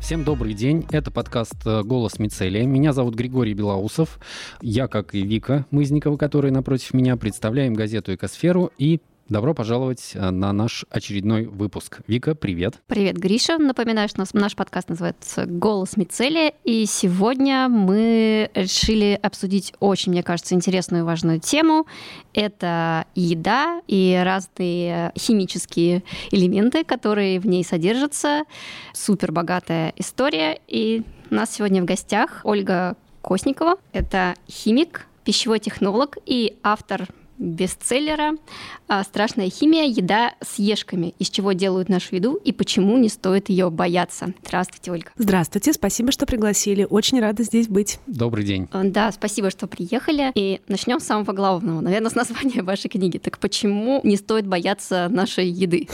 Всем добрый день. Это подкаст «Голос Мицелия». Меня зовут Григорий Белоусов. Я, как и Вика Мызникова, которая напротив меня, представляем газету «Экосферу» и добро пожаловать на наш очередной выпуск. Вика, привет. Привет, Гриша. Напоминаю, что наш подкаст называется «Голос Мицелия», и сегодня мы решили обсудить очень, мне кажется, интересную и важную тему. Это еда и разные химические элементы, которые в ней содержатся. Супер богатая история. И у нас сегодня в гостях Ольга Косникова. Это химик, пищевой технолог и автор бестселлера «Страшная химия. Еда с ешками. Из чего делают нашу еду и почему не стоит ее бояться». Здравствуйте, Ольга. Здравствуйте, спасибо, что пригласили. Очень рада здесь быть. Добрый день. Да, спасибо, что приехали. И начнем с самого главного, наверное, с названия вашей книги. Так почему не стоит бояться нашей еды?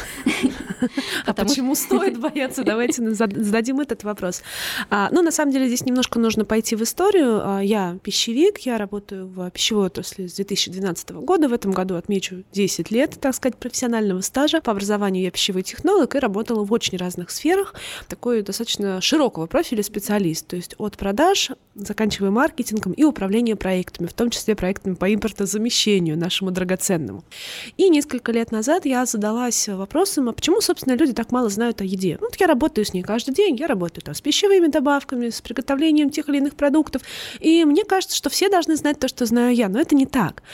А почему стоит бояться? Давайте зададим этот вопрос. На самом деле, здесь немножко нужно пойти в историю. Я пищевик, я работаю в пищевой отрасли с 2012 года. В этом году отмечу 10 лет, так сказать, профессионального стажа. По образованию я пищевой технолог и работала в очень разных сферах. Такой достаточно широкого профиля специалист. То есть от продаж, заканчивая маркетингом и управлением проектами, в том числе проектами по импортозамещению нашему драгоценному. И несколько лет назад я задалась вопросом, а почему, собственно, люди так мало знают о еде? Я работаю с ней каждый день, я работаю там с пищевыми добавками, с приготовлением тех или иных продуктов. И мне кажется, что все должны знать то, что знаю я, но это не так.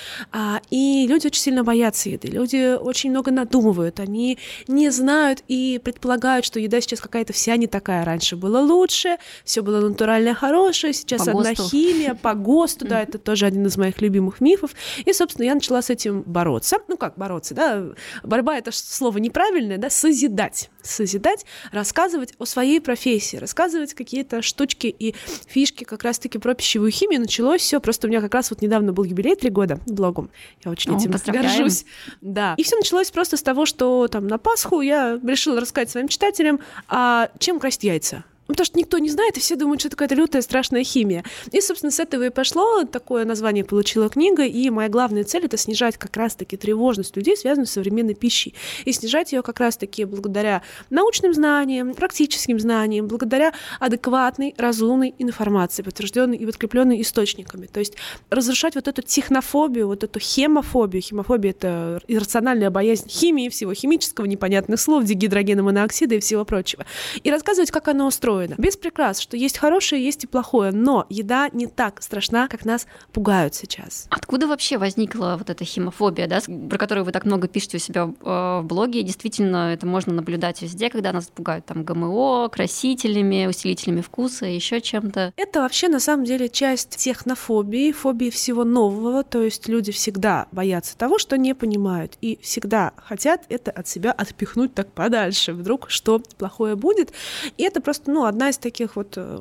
И люди очень сильно боятся еды, люди очень много надумывают, они не знают и предполагают, что еда сейчас какая-то вся не такая. Раньше было лучше, все было натурально хорошее, сейчас одна химия, по ГОСТу, да, это тоже один из моих любимых мифов. И, собственно, я начала с этим бороться. Как бороться, да? Борьба — это слово неправильное, да? Созидать, рассказывать о своей профессии, рассказывать какие-то штучки и фишки как раз-таки про пищевую химию. Началось все, просто у меня как раз недавно был юбилей 3 года блогом. Я очень этим горжусь. Да. И все началось просто с того, что там на Пасху я решила рассказать своим читателям, чем красить яйца. Потому что никто не знает, и все думают, что это какая-то лютая, страшная химия. И, собственно, с этого и пошло. Такое название получила книга. И моя главная цель — это снижать как раз-таки тревожность людей, связанную с современной пищей. И снижать ее как раз-таки благодаря научным знаниям, практическим знаниям, благодаря адекватной, разумной информации, подтвержденной и подкрепленной источниками. То есть разрушать вот эту технофобию, вот эту хемофобию. Хемофобия — это иррациональная боязнь химии, всего химического, непонятных слов, дигидрогена моноксида и всего прочего. И рассказывать, как оно устроено. Без прикрас, что есть хорошее, есть и плохое, но еда не так страшна, как нас пугают сейчас. Откуда вообще возникла вот эта химофобия, да, про которую вы так много пишете у себя в блоге? Действительно, это можно наблюдать везде, когда нас пугают там ГМО, красителями, усилителями вкуса, еще чем-то. Это вообще на самом деле часть технофобии, фобии всего нового, то есть люди всегда боятся того, что не понимают, и всегда хотят это от себя отпихнуть так подальше, вдруг что плохое будет. И это просто, одна из таких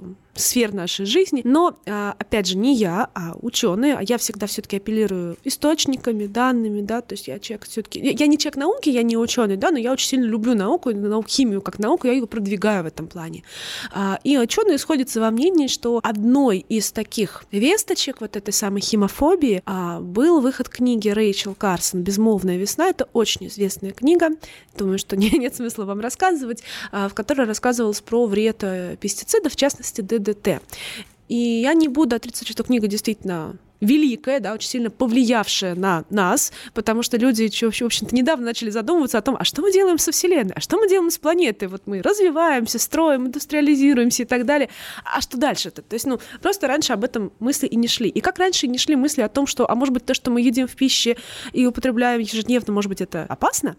сфер нашей жизни. Но, опять же, не я, а ученые. Я всегда все-таки апеллирую источниками, данными, да, то есть я человек все-таки. Я не человек науки, я не ученый, да, но я очень сильно люблю науку, химию как науку, я ее продвигаю в этом плане. И ученые сходятся во мнении, что одной из таких весточек вот этой самой химофобии был выход книги Рэйчел Карсон «Безмолвная весна». Это очень известная книга. Думаю, что нет смысла вам рассказывать, в которой рассказывалось про вред пестицидов, в частности, ДДТ. И я не буду отрицать, что книга действительно великая, да, очень сильно повлиявшая на нас, потому что люди, в общем-то, недавно начали задумываться о том, а что мы делаем со Вселенной, а что мы делаем с планетой, мы развиваемся, строим, индустриализируемся и так далее, а что дальше-то? То есть, просто раньше об этом мысли и не шли. И как раньше не шли мысли о том, что, может быть, то, что мы едим в пище и употребляем ежедневно, может быть, это опасно?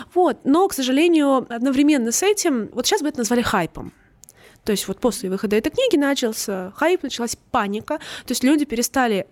Но, к сожалению, одновременно с этим, сейчас бы это назвали хайпом. То есть после выхода этой книги начался хайп, началась паника. То есть люди перестали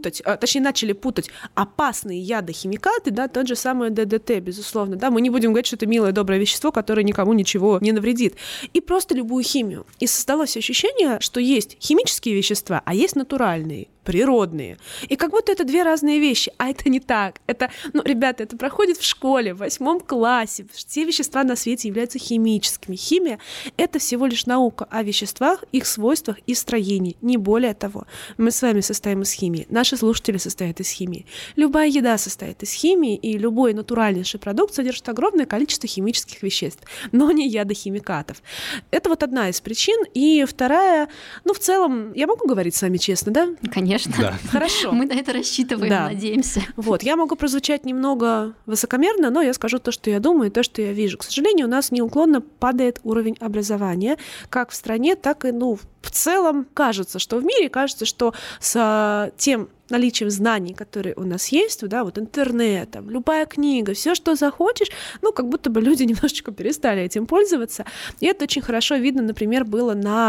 начали путать опасные ядохимикаты, да, тот же самый ДДТ, безусловно. Да, мы не будем говорить, что это милое, доброе вещество, которое никому ничего не навредит. И просто любую химию. И создалось ощущение, что есть химические вещества, а есть натуральные природные. И как будто это две разные вещи, а это не так. Это, ребята, это проходит в школе, в 8 классе. Все вещества на свете являются химическими. Химия — это всего лишь наука о веществах, их свойствах и строении, не более того. Мы с вами состоим из химии, наши слушатели состоят из химии. Любая еда состоит из химии, и любой натуральнейший продукт содержит огромное количество химических веществ, но не ядохимикатов. Это вот одна из причин. И вторая, в целом, я могу говорить с вами честно, да? Конечно. Да. Хорошо. Мы на это рассчитываем, надеемся. Вот, я могу прозвучать немного высокомерно, но я скажу то, что я думаю, и то, что я вижу. К сожалению, у нас неуклонно падает уровень образования, как в стране, так и, в целом кажется, что в мире, кажется, что с тем наличием знаний, которые у нас есть, вот интернет, любая книга, все, что захочешь, как будто бы люди немножечко перестали этим пользоваться. И это очень хорошо видно, например, было на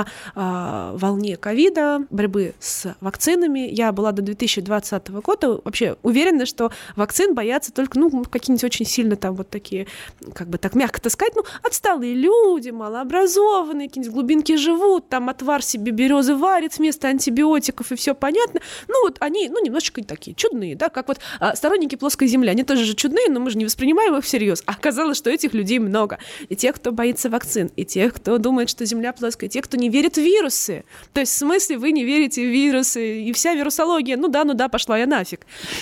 волне ковида, борьбы с вакцинами. Я была до 2020 года вообще уверена, что вакцин боятся только, какие-нибудь очень сильно такие, как бы так мягко сказать, отсталые люди, малообразованные, какие-нибудь глубинки живут, отвар себе березы варит вместо антибиотиков, и все понятно. Они немножечко такие чудные, да, как сторонники плоской земли, они тоже же чудные, но мы же не воспринимаем их всерьез. А оказалось, что этих людей много. И тех, кто боится вакцин, и тех, кто думает, что Земля плоская, и тех, кто не верит в вирусы. То есть в смысле вы не верите в вирусы, и вся вирусология, пошла я нафиг.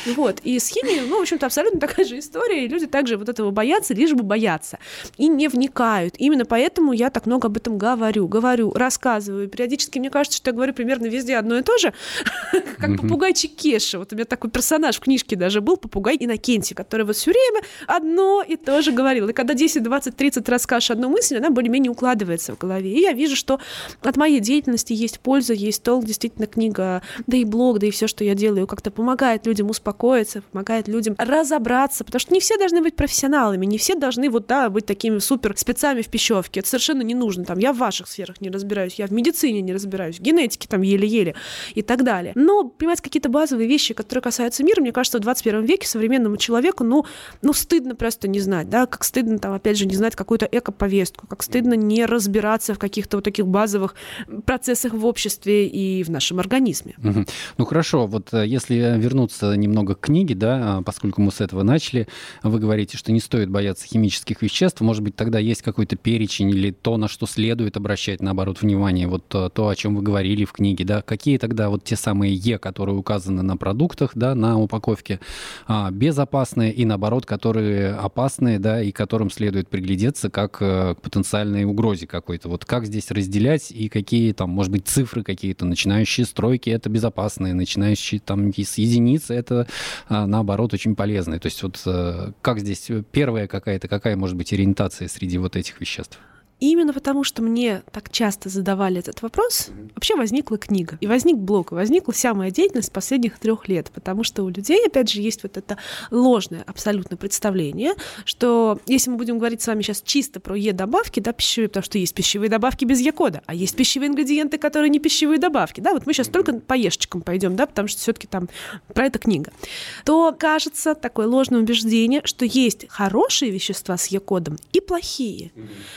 И с химией, в общем-то, абсолютно такая же история, и люди также вот этого боятся, лишь бы боятся, и не вникают. Именно поэтому я так много об этом говорю, рассказываю. Периодически мне кажется, что я говорю примерно везде одно и то же, как попугайчик Кеша. Вот у меня такой персонаж в книжке даже был, попугай Иннокентий, который все время одно и то же говорил. И когда 10, 20, 30 раз скажешь одну мысль, она более-менее укладывается в голове. И я вижу, что от моей деятельности есть польза, есть толк. Действительно, книга, да и блог, да и все, что я делаю, как-то помогает людям успокоиться, помогает людям разобраться, потому что не все должны быть профессионалами, не все должны быть такими супер спецами в пищевке. Это совершенно не нужно. Я в ваших сферах не разбираюсь, я в медицине не разбираюсь, в генетике еле-еле и так далее. Но, понимаете, какие-то базовые вещи, которые касаются мира, мне кажется, в 21 веке современному человеку, стыдно просто не знать, да, как стыдно, опять же, не знать какую-то эко-повестку, как стыдно не разбираться в каких-то таких базовых процессах в обществе и в нашем организме. Хорошо, если вернуться немного к книге, да, поскольку мы с этого начали, вы говорите, что не стоит бояться химических веществ, может быть, тогда есть какой-то перечень или то, на что следует обращать, наоборот, внимание, то, о чем вы говорили в книге, да, какие тогда те самые Е, которые указаны на продуктах, да, на упаковке, безопасные и, наоборот, которые опасные, да, и к которым следует приглядеться как к потенциальной угрозе какой-то. Как здесь разделять и какие может быть, цифры какие-то, начинающие с тройки — это безопасные, начинающие с единицы — это, наоборот, очень полезные. То есть как здесь какая может быть ориентация среди этих веществ? Именно потому, что мне так часто задавали этот вопрос, вообще возникла книга, и возник блог, и возникла вся моя деятельность последних 3 лет, потому что у людей, опять же, есть это ложное абсолютно представление, что если мы будем говорить с вами сейчас чисто про Е-добавки, да, пищевые, потому что есть пищевые добавки без Е-кода, а есть пищевые ингредиенты, которые не пищевые добавки, да, мы сейчас только по Ешечкам пойдем, да, потому что все-таки там про это книга, то кажется такое ложное убеждение, что есть хорошие вещества с Е-кодом и плохие.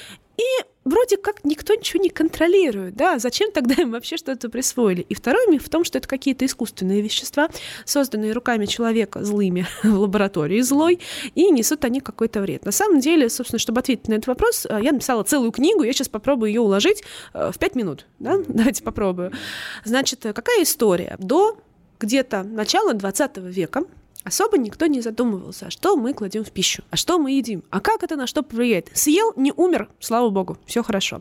И вроде как никто ничего не контролирует, да, зачем тогда им вообще что-то присвоили? И второй миф в том, что это какие-то искусственные вещества, созданные руками человека злыми в лаборатории злой, и несут они какой-то вред. На самом деле, собственно, чтобы ответить на этот вопрос, я написала целую книгу, я сейчас попробую ее уложить в 5 минут, да, давайте попробую. Значит, какая история? До где-то начала 20 века особо никто не задумывался, а что мы кладем в пищу, а что мы едим, а как это на что повлияет. Съел, не умер, слава богу, все хорошо.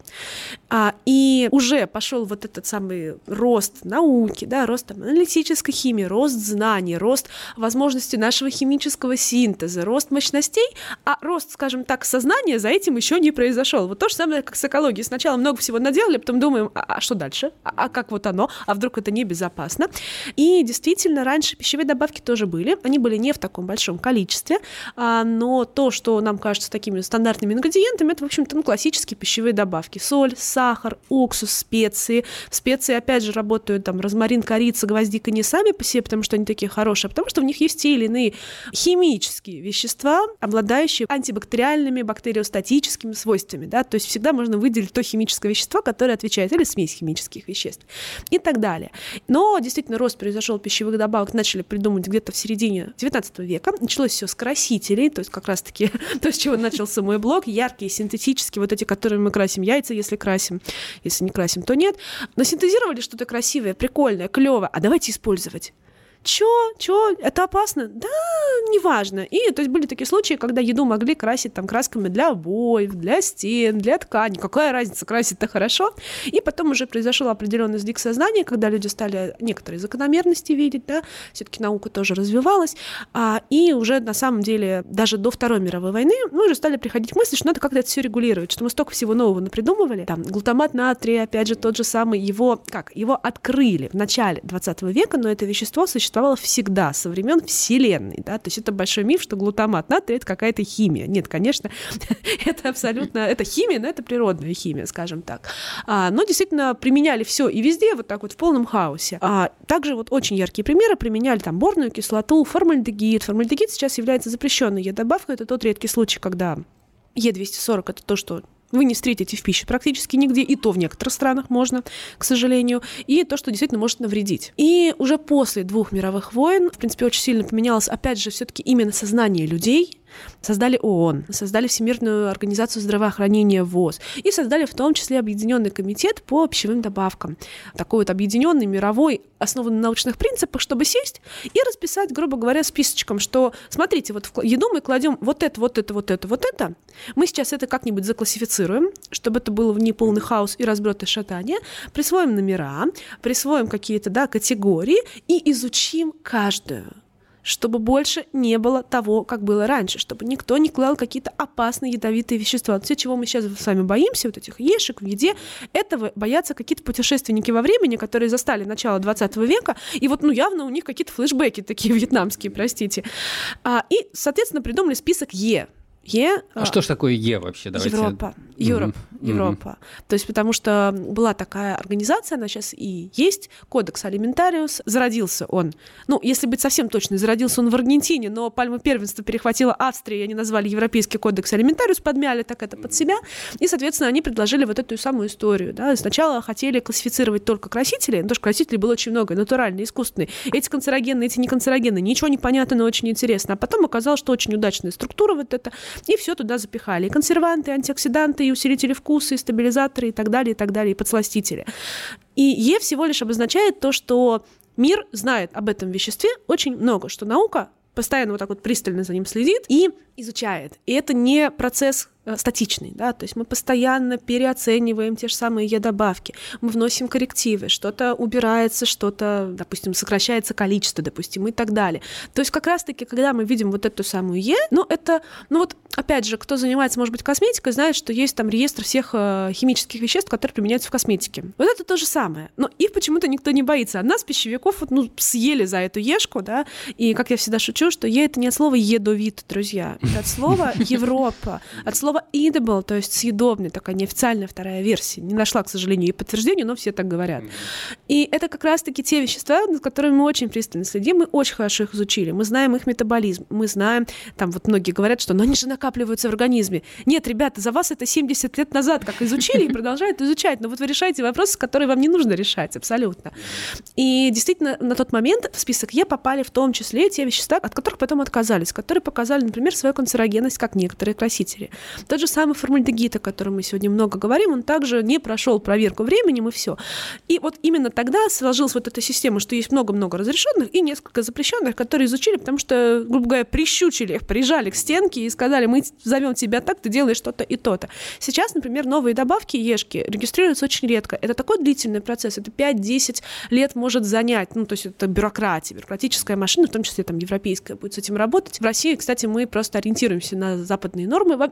И уже пошел этот самый рост науки, да, рост аналитической химии, рост знаний, рост возможностей нашего химического синтеза, рост мощностей, а рост, скажем так, сознания за этим еще не произошел. То же самое, как с экологией. Сначала много всего наделали, потом думаем, а что дальше? А как оно? А вдруг это небезопасно? И действительно, раньше пищевые добавки тоже были. они были не в таком большом количестве, но то, что нам кажется такими стандартными ингредиентами, это, в общем-то, классические пищевые добавки. Соль, сахар, уксус, специи. Специи, опять же, работают там розмарин, корица, гвоздика не сами по себе, потому что они такие хорошие, а потому что в них есть те или иные химические вещества, обладающие антибактериальными, бактериостатическими свойствами. Да? То есть всегда можно выделить то химическое вещество, которое отвечает, или смесь химических веществ и так далее. Но действительно рост произошел пищевых добавок, начали придумывать где-то в середине 19 века. Началось все с красителей, то есть как раз-таки то, с чего начался мой блог, яркие, синтетические, вот эти, которыми мы красим яйца, если красим, если не красим, то нет. Но синтезировали что-то красивое, прикольное, клёвое, а давайте использовать. Чё? Это опасно? Да, неважно. И то есть были такие случаи, когда еду могли красить там красками для обоев, для стен, для ткани. Какая разница, красить-то хорошо. И потом уже произошел определенный сдвиг сознания, когда люди стали некоторые закономерности видеть, да, все-таки наука тоже развивалась. И уже на самом деле даже до Второй мировой войны мы уже стали приходить к мысли, что надо как-то это все регулировать, что мы столько всего нового напридумывали. Там глутамат натрия, опять же, тот же самый, его открыли в начале 20 века, но это вещество существовало всегда, со времен Вселенной. Да? То есть это большой миф, что глутамат натрия — это какая-то химия. Нет, конечно, это абсолютно... Это химия, но это природная химия, скажем так. Но действительно применяли все и везде вот так вот в полном хаосе. Также вот очень яркие примеры. Применяли там борную кислоту, формальдегид. Формальдегид сейчас является запрещенной Е-добавкой. Это тот редкий случай, когда Е240 — это то, что вы не встретите в пище практически нигде, и то в некоторых странах можно, к сожалению, и то, что действительно может навредить. И уже после 2 мировых войн, в принципе, очень сильно поменялось, опять же, все-таки именно сознание людей. Создали ООН, создали Всемирную организацию здравоохранения ВОЗ и создали в том числе Объединенный комитет по пищевым добавкам. Такой вот объединенный, мировой, основанный на научных принципах, чтобы сесть и расписать, грубо говоря, списочком, что, смотрите, вот в еду мы кладем вот это. Мы сейчас это как-нибудь заклассифицируем, чтобы это было не полный хаос и разброд и шатание, присвоим номера, присвоим какие-то, да, категории и изучим каждую, чтобы больше не было того, как было раньше, чтобы никто не клал какие-то опасные ядовитые вещества. Все, чего мы сейчас с вами боимся, вот этих ешек в еде, этого боятся какие-то путешественники во времени, которые застали начало 20 века, и вот, явно у них какие-то флешбеки такие вьетнамские, простите. И, соответственно, придумали список Е. Что ж такое Е вообще? Давайте... Европа. То есть потому что была такая организация, она сейчас и есть, Кодекс Алиментариус. Зародился он, если быть совсем точной, зародился он в Аргентине, но пальму первенства перехватила Австрия, и они назвали Европейский Кодекс Алиментариус, подмяли так это под себя, и, соответственно, они предложили вот эту самую историю. Да? Сначала хотели классифицировать только красители, потому что красителей было очень много, натуральные, искусственные. Эти канцерогенные, эти не канцерогенные, ничего не понятно, но очень интересно. А потом оказалось, что очень удачная структура вот эта, и все туда запихали. И консерванты, и антиоксиданты, и усилители вкуса, и стабилизаторы, и так далее, и подсластители. И Е всего лишь обозначает то, что мир знает об этом веществе очень много, что наука постоянно вот так вот пристально за ним следит и изучает. И это не процесс статичный, да, то есть мы постоянно переоцениваем те же самые Е-добавки, мы вносим коррективы, что-то убирается, что-то, допустим, сокращается количество, допустим, и так далее. То есть как раз-таки, когда мы видим вот эту самую Е, опять же, кто занимается, может быть, косметикой, знает, что есть там реестр всех химических веществ, которые применяются в косметике. Вот это то же самое. Но их почему-то никто не боится. А нас, пищевиков, съели за эту ешку, да, и, как я всегда шучу, что Е — это не от слова «едовит», друзья, это от слова «Европа», от слова edible, то есть съедобный, такая неофициальная вторая версия. Не нашла, к сожалению, и подтверждения, но все так говорят. И это как раз-таки те вещества, над которыми мы очень пристально следим, мы очень хорошо их изучили, мы знаем их метаболизм, мы знаем, там вот многие говорят, что они же накапливаются в организме. Нет, ребята, за вас это 70 лет назад как изучили и продолжают изучать, но вот вы решаете вопросы, которые вам не нужно решать, абсолютно. И действительно, на тот момент в список Е попали в том числе те вещества, от которых потом отказались, которые показали, например, свою канцерогенность, как некоторые красители. Тот же самый формальдегид, о котором мы сегодня много говорим, он также не прошел проверку временем, и все. И вот именно тогда сложилась вот эта система, что есть много-много разрешенных и несколько запрещенных, которые изучили, потому что, грубо говоря, прищучили их, прижали к стенке и сказали: мы зовем тебя так, ты делаешь то-то и то-то. Сейчас, например, новые добавки, ешки, регистрируются очень редко. Это такой длительный процесс, это 5-10 лет может занять, то есть это бюрократическая машина, в том числе там европейская, будет с этим работать. В России, кстати, мы просто ориентируемся на западные нормы, вообще на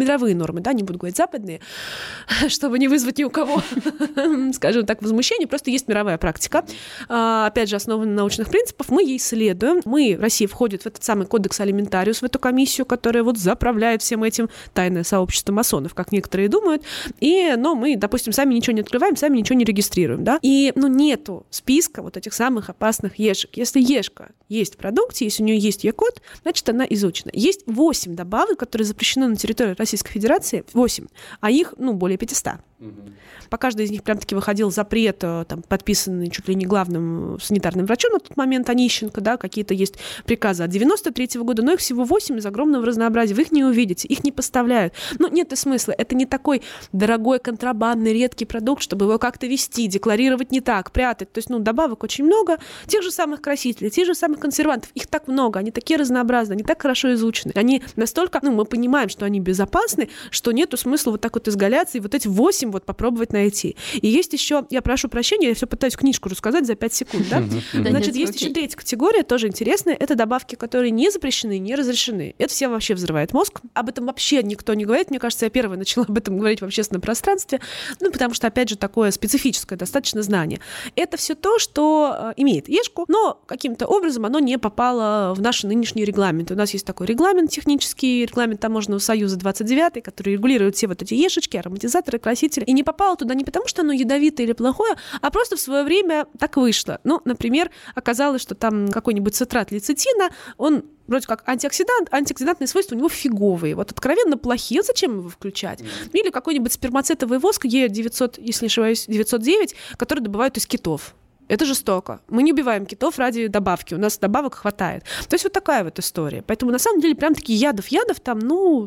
мировые нормы, да, не буду говорить западные, чтобы не вызвать ни у кого, скажем так, возмущение, просто есть мировая практика, опять же, основана на научных принципах, мы ей следуем, Россия входит в этот самый кодекс алиментариус, в эту комиссию, которая вот заправляет всем этим, тайное сообщество масонов, как некоторые думают, но мы, допустим, сами ничего не открываем, сами ничего не регистрируем, да, и, нету списка вот этих самых опасных ешек. Если ешка есть в продукте, если у нее есть Е-код, значит, она изучена. Есть 8 добавок, которые запрещены на территории Российской Федерации, 8, а их, более 500. По каждой из них прям-таки выходил запрет, там, подписанный чуть ли не главным санитарным врачом на тот момент, Онищенко, да, какие-то есть приказы от 93-го года, но их всего 8 из огромного разнообразия. Вы их не увидите, их не поставляют. Нет и смысла. Это не такой дорогой, контрабандный, редкий продукт, чтобы его как-то вести, декларировать не так, прятать. То есть, добавок очень много. Тех же самых красителей, тех же самых консервантов. Их так много, они такие разнообразные, они так хорошо изучены. Они настолько, мы понимаем, что они безопасны, что нету смысла вот так вот изгаляться и вот эти 8 попробовать найти. И есть еще, я прошу прощения, я все пытаюсь книжку рассказать за 5 секунд, да? Значит, есть еще третья категория, тоже интересная. Это добавки, которые не запрещены, не разрешены. Это всем вообще взрывает мозг. Об этом вообще никто не говорит. Мне кажется, я первая начала об этом говорить в общественном пространстве. Потому что, опять же, такое специфическое достаточно знание. Это все то, что имеет ешку, но каким-то образом оно не попало в наши нынешние регламенты. У нас есть такой регламент технический, регламент Таможенного союза 29, который регулирует все вот эти ешечки, ароматизаторы, красители. И не попало туда не потому, что оно ядовитое или плохое, а просто в свое время так вышло. Например, оказалось, что там какой-нибудь цитрат лецитина, он вроде как антиоксидант, антиоксидантные свойства у него фиговые, откровенно плохие, зачем его включать? Или какой-нибудь спермацетовый воск Е900, если не ошибаюсь, 909, который добывают из китов. Это жестоко. Мы не убиваем китов ради добавки. У нас добавок хватает. То есть вот такая вот история. Поэтому на самом деле прям-таки ядов там,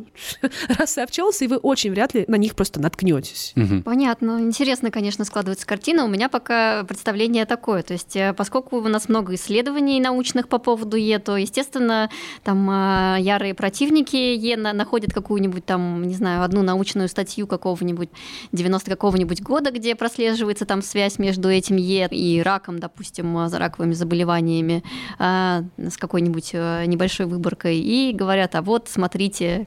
раз и обчелся, и вы очень вряд ли на них просто наткнетесь. Понятно. Интересно, конечно, складывается картина. У меня пока представление такое. То есть поскольку у нас много исследований научных по поводу Е, то, естественно, там ярые противники Е находят какую-нибудь там, не знаю, одну научную статью какого-нибудь 90 какого-нибудь года, где прослеживается там связь между этим Е и раком, допустим, за раковыми заболеваниями, с какой-нибудь небольшой выборкой, и говорят, смотрите,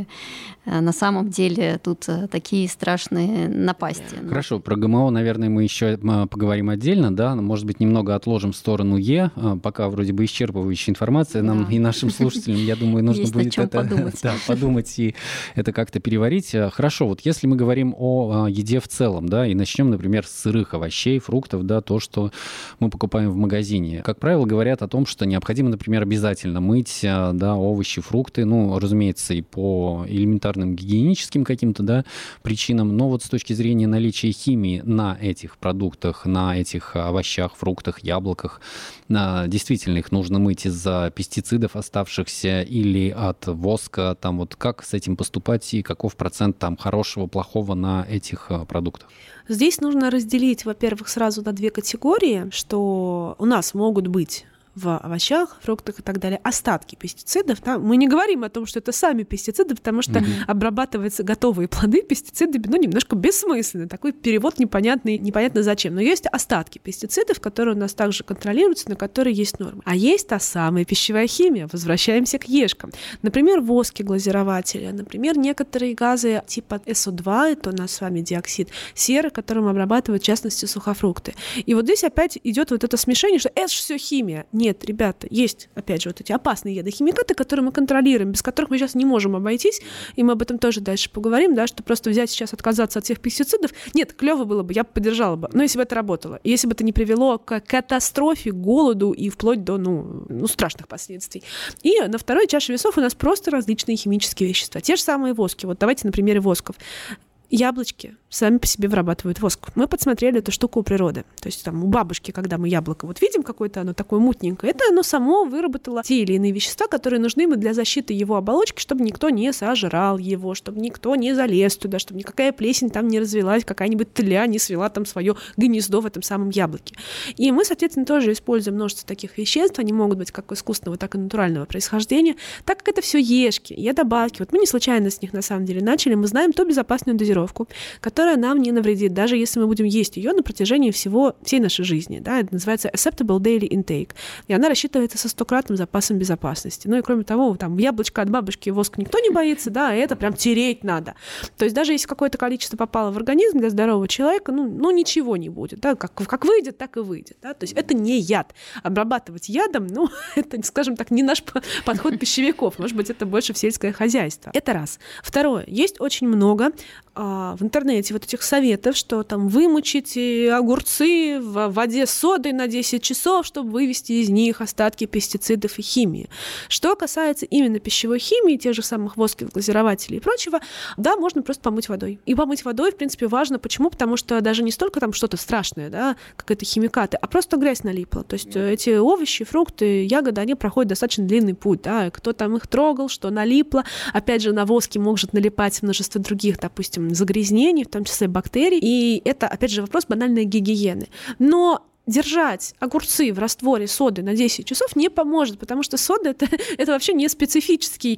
на самом деле тут такие страшные напасти. Хорошо, про ГМО, наверное, мы еще поговорим отдельно, да, может быть, немного отложим в сторону Е, пока вроде бы исчерпывающая информация нам и нашим слушателям, я думаю, нужно будет это подумать и это как-то переварить. Хорошо, если мы говорим о еде в целом, да, и начнем, например, с сырых овощей, фруктов, да, то, что мы покупаем в магазине. Как правило, говорят о том, что необходимо, например, обязательно мыть, да, овощи, фрукты, разумеется, и по элементарным гигиеническим каким-то, причинам, но с точки зрения наличия химии на этих продуктах, на этих овощах, фруктах, яблоках, действительно их нужно мыть из-за пестицидов оставшихся или от воска, как с этим поступать и каков процент хорошего, плохого на этих продуктах? Здесь нужно разделить, во-первых, сразу на 2 категории, что у нас могут быть в овощах, фруктах и так далее остатки пестицидов. Да? Мы не говорим о том, что это сами пестициды, потому что обрабатываются готовые плоды пестицидами, немножко бессмысленно. Такой перевод непонятно зачем. Но есть остатки пестицидов, которые у нас также контролируются, на которые есть нормы. А есть та самая пищевая химия. Возвращаемся к ешкам. Например, воски глазирователя, например, некоторые газы типа СО2, это у нас с вами диоксид серы, которым обрабатывают, в частности, сухофрукты. И здесь опять идет это смешение, что это же все химия. Нет, ребята, есть, опять же, эти опасные ядохимикаты, которые мы контролируем, без которых мы сейчас не можем обойтись, и мы об этом тоже дальше поговорим, да, что просто взять сейчас, отказаться от всех пестицидов, нет, клево было бы, я бы поддержала бы, но если бы это работало, если бы это не привело к катастрофе, голоду и вплоть до, страшных последствий. И на второй чаше весов у нас просто различные химические вещества, те же самые воски. Давайте на примере восков. Яблочки сами по себе вырабатывают воск. Мы подсмотрели эту штуку у природы. То есть у бабушки, когда мы яблоко видим какое-то, оно такое мутненькое, это оно само выработало те или иные вещества, которые нужны ему для защиты его оболочки, чтобы никто не сожрал его, чтобы никто не залез туда, чтобы никакая плесень там не развелась, какая-нибудь тля не свела там свое гнездо в этом самом яблоке. И мы, соответственно, тоже используем множество таких веществ. Они могут быть как искусственного, так и натурального происхождения, так как это все ешки, добавки. Мы не случайно с них на самом деле начали. Мы знаем ту безопасную дозировку, дозировку, которая нам не навредит, даже если мы будем есть ее на протяжении всей нашей жизни. Да? Это называется acceptable daily intake. И она рассчитывается со 100-кратным запасом безопасности. Ну и кроме того, там яблочко от бабушки воск никто не боится, да, и это прям тереть надо. То есть даже если какое-то количество попало в организм для здорового человека, ну ничего не будет. Да? Как выйдет, так и выйдет. Да? То есть это не яд. Обрабатывать ядом, это, скажем так, не наш подход пищевиков. Может быть, это больше в сельское хозяйство. Это раз. Второе. Есть очень много в интернете вот этих советов, что там вымочить огурцы в воде с содой на 10 часов, чтобы вывести из них остатки пестицидов и химии. Что касается именно пищевой химии, тех же самых восков, глазирователей и прочего, да, можно просто помыть водой. И помыть водой, в принципе, важно. Почему? Потому что даже не столько там что-то страшное, да, какие-то химикаты, а просто грязь налипла. То есть эти овощи, фрукты, ягоды, они проходят достаточно длинный путь, да, кто там их трогал, что налипло. Опять же, на воске может налипать множество других, допустим, загрязнений, в том числе бактерий. И это, опять же, вопрос банальной гигиены. Но держать огурцы в растворе соды на 10 часов не поможет, потому что сода это вообще не специфический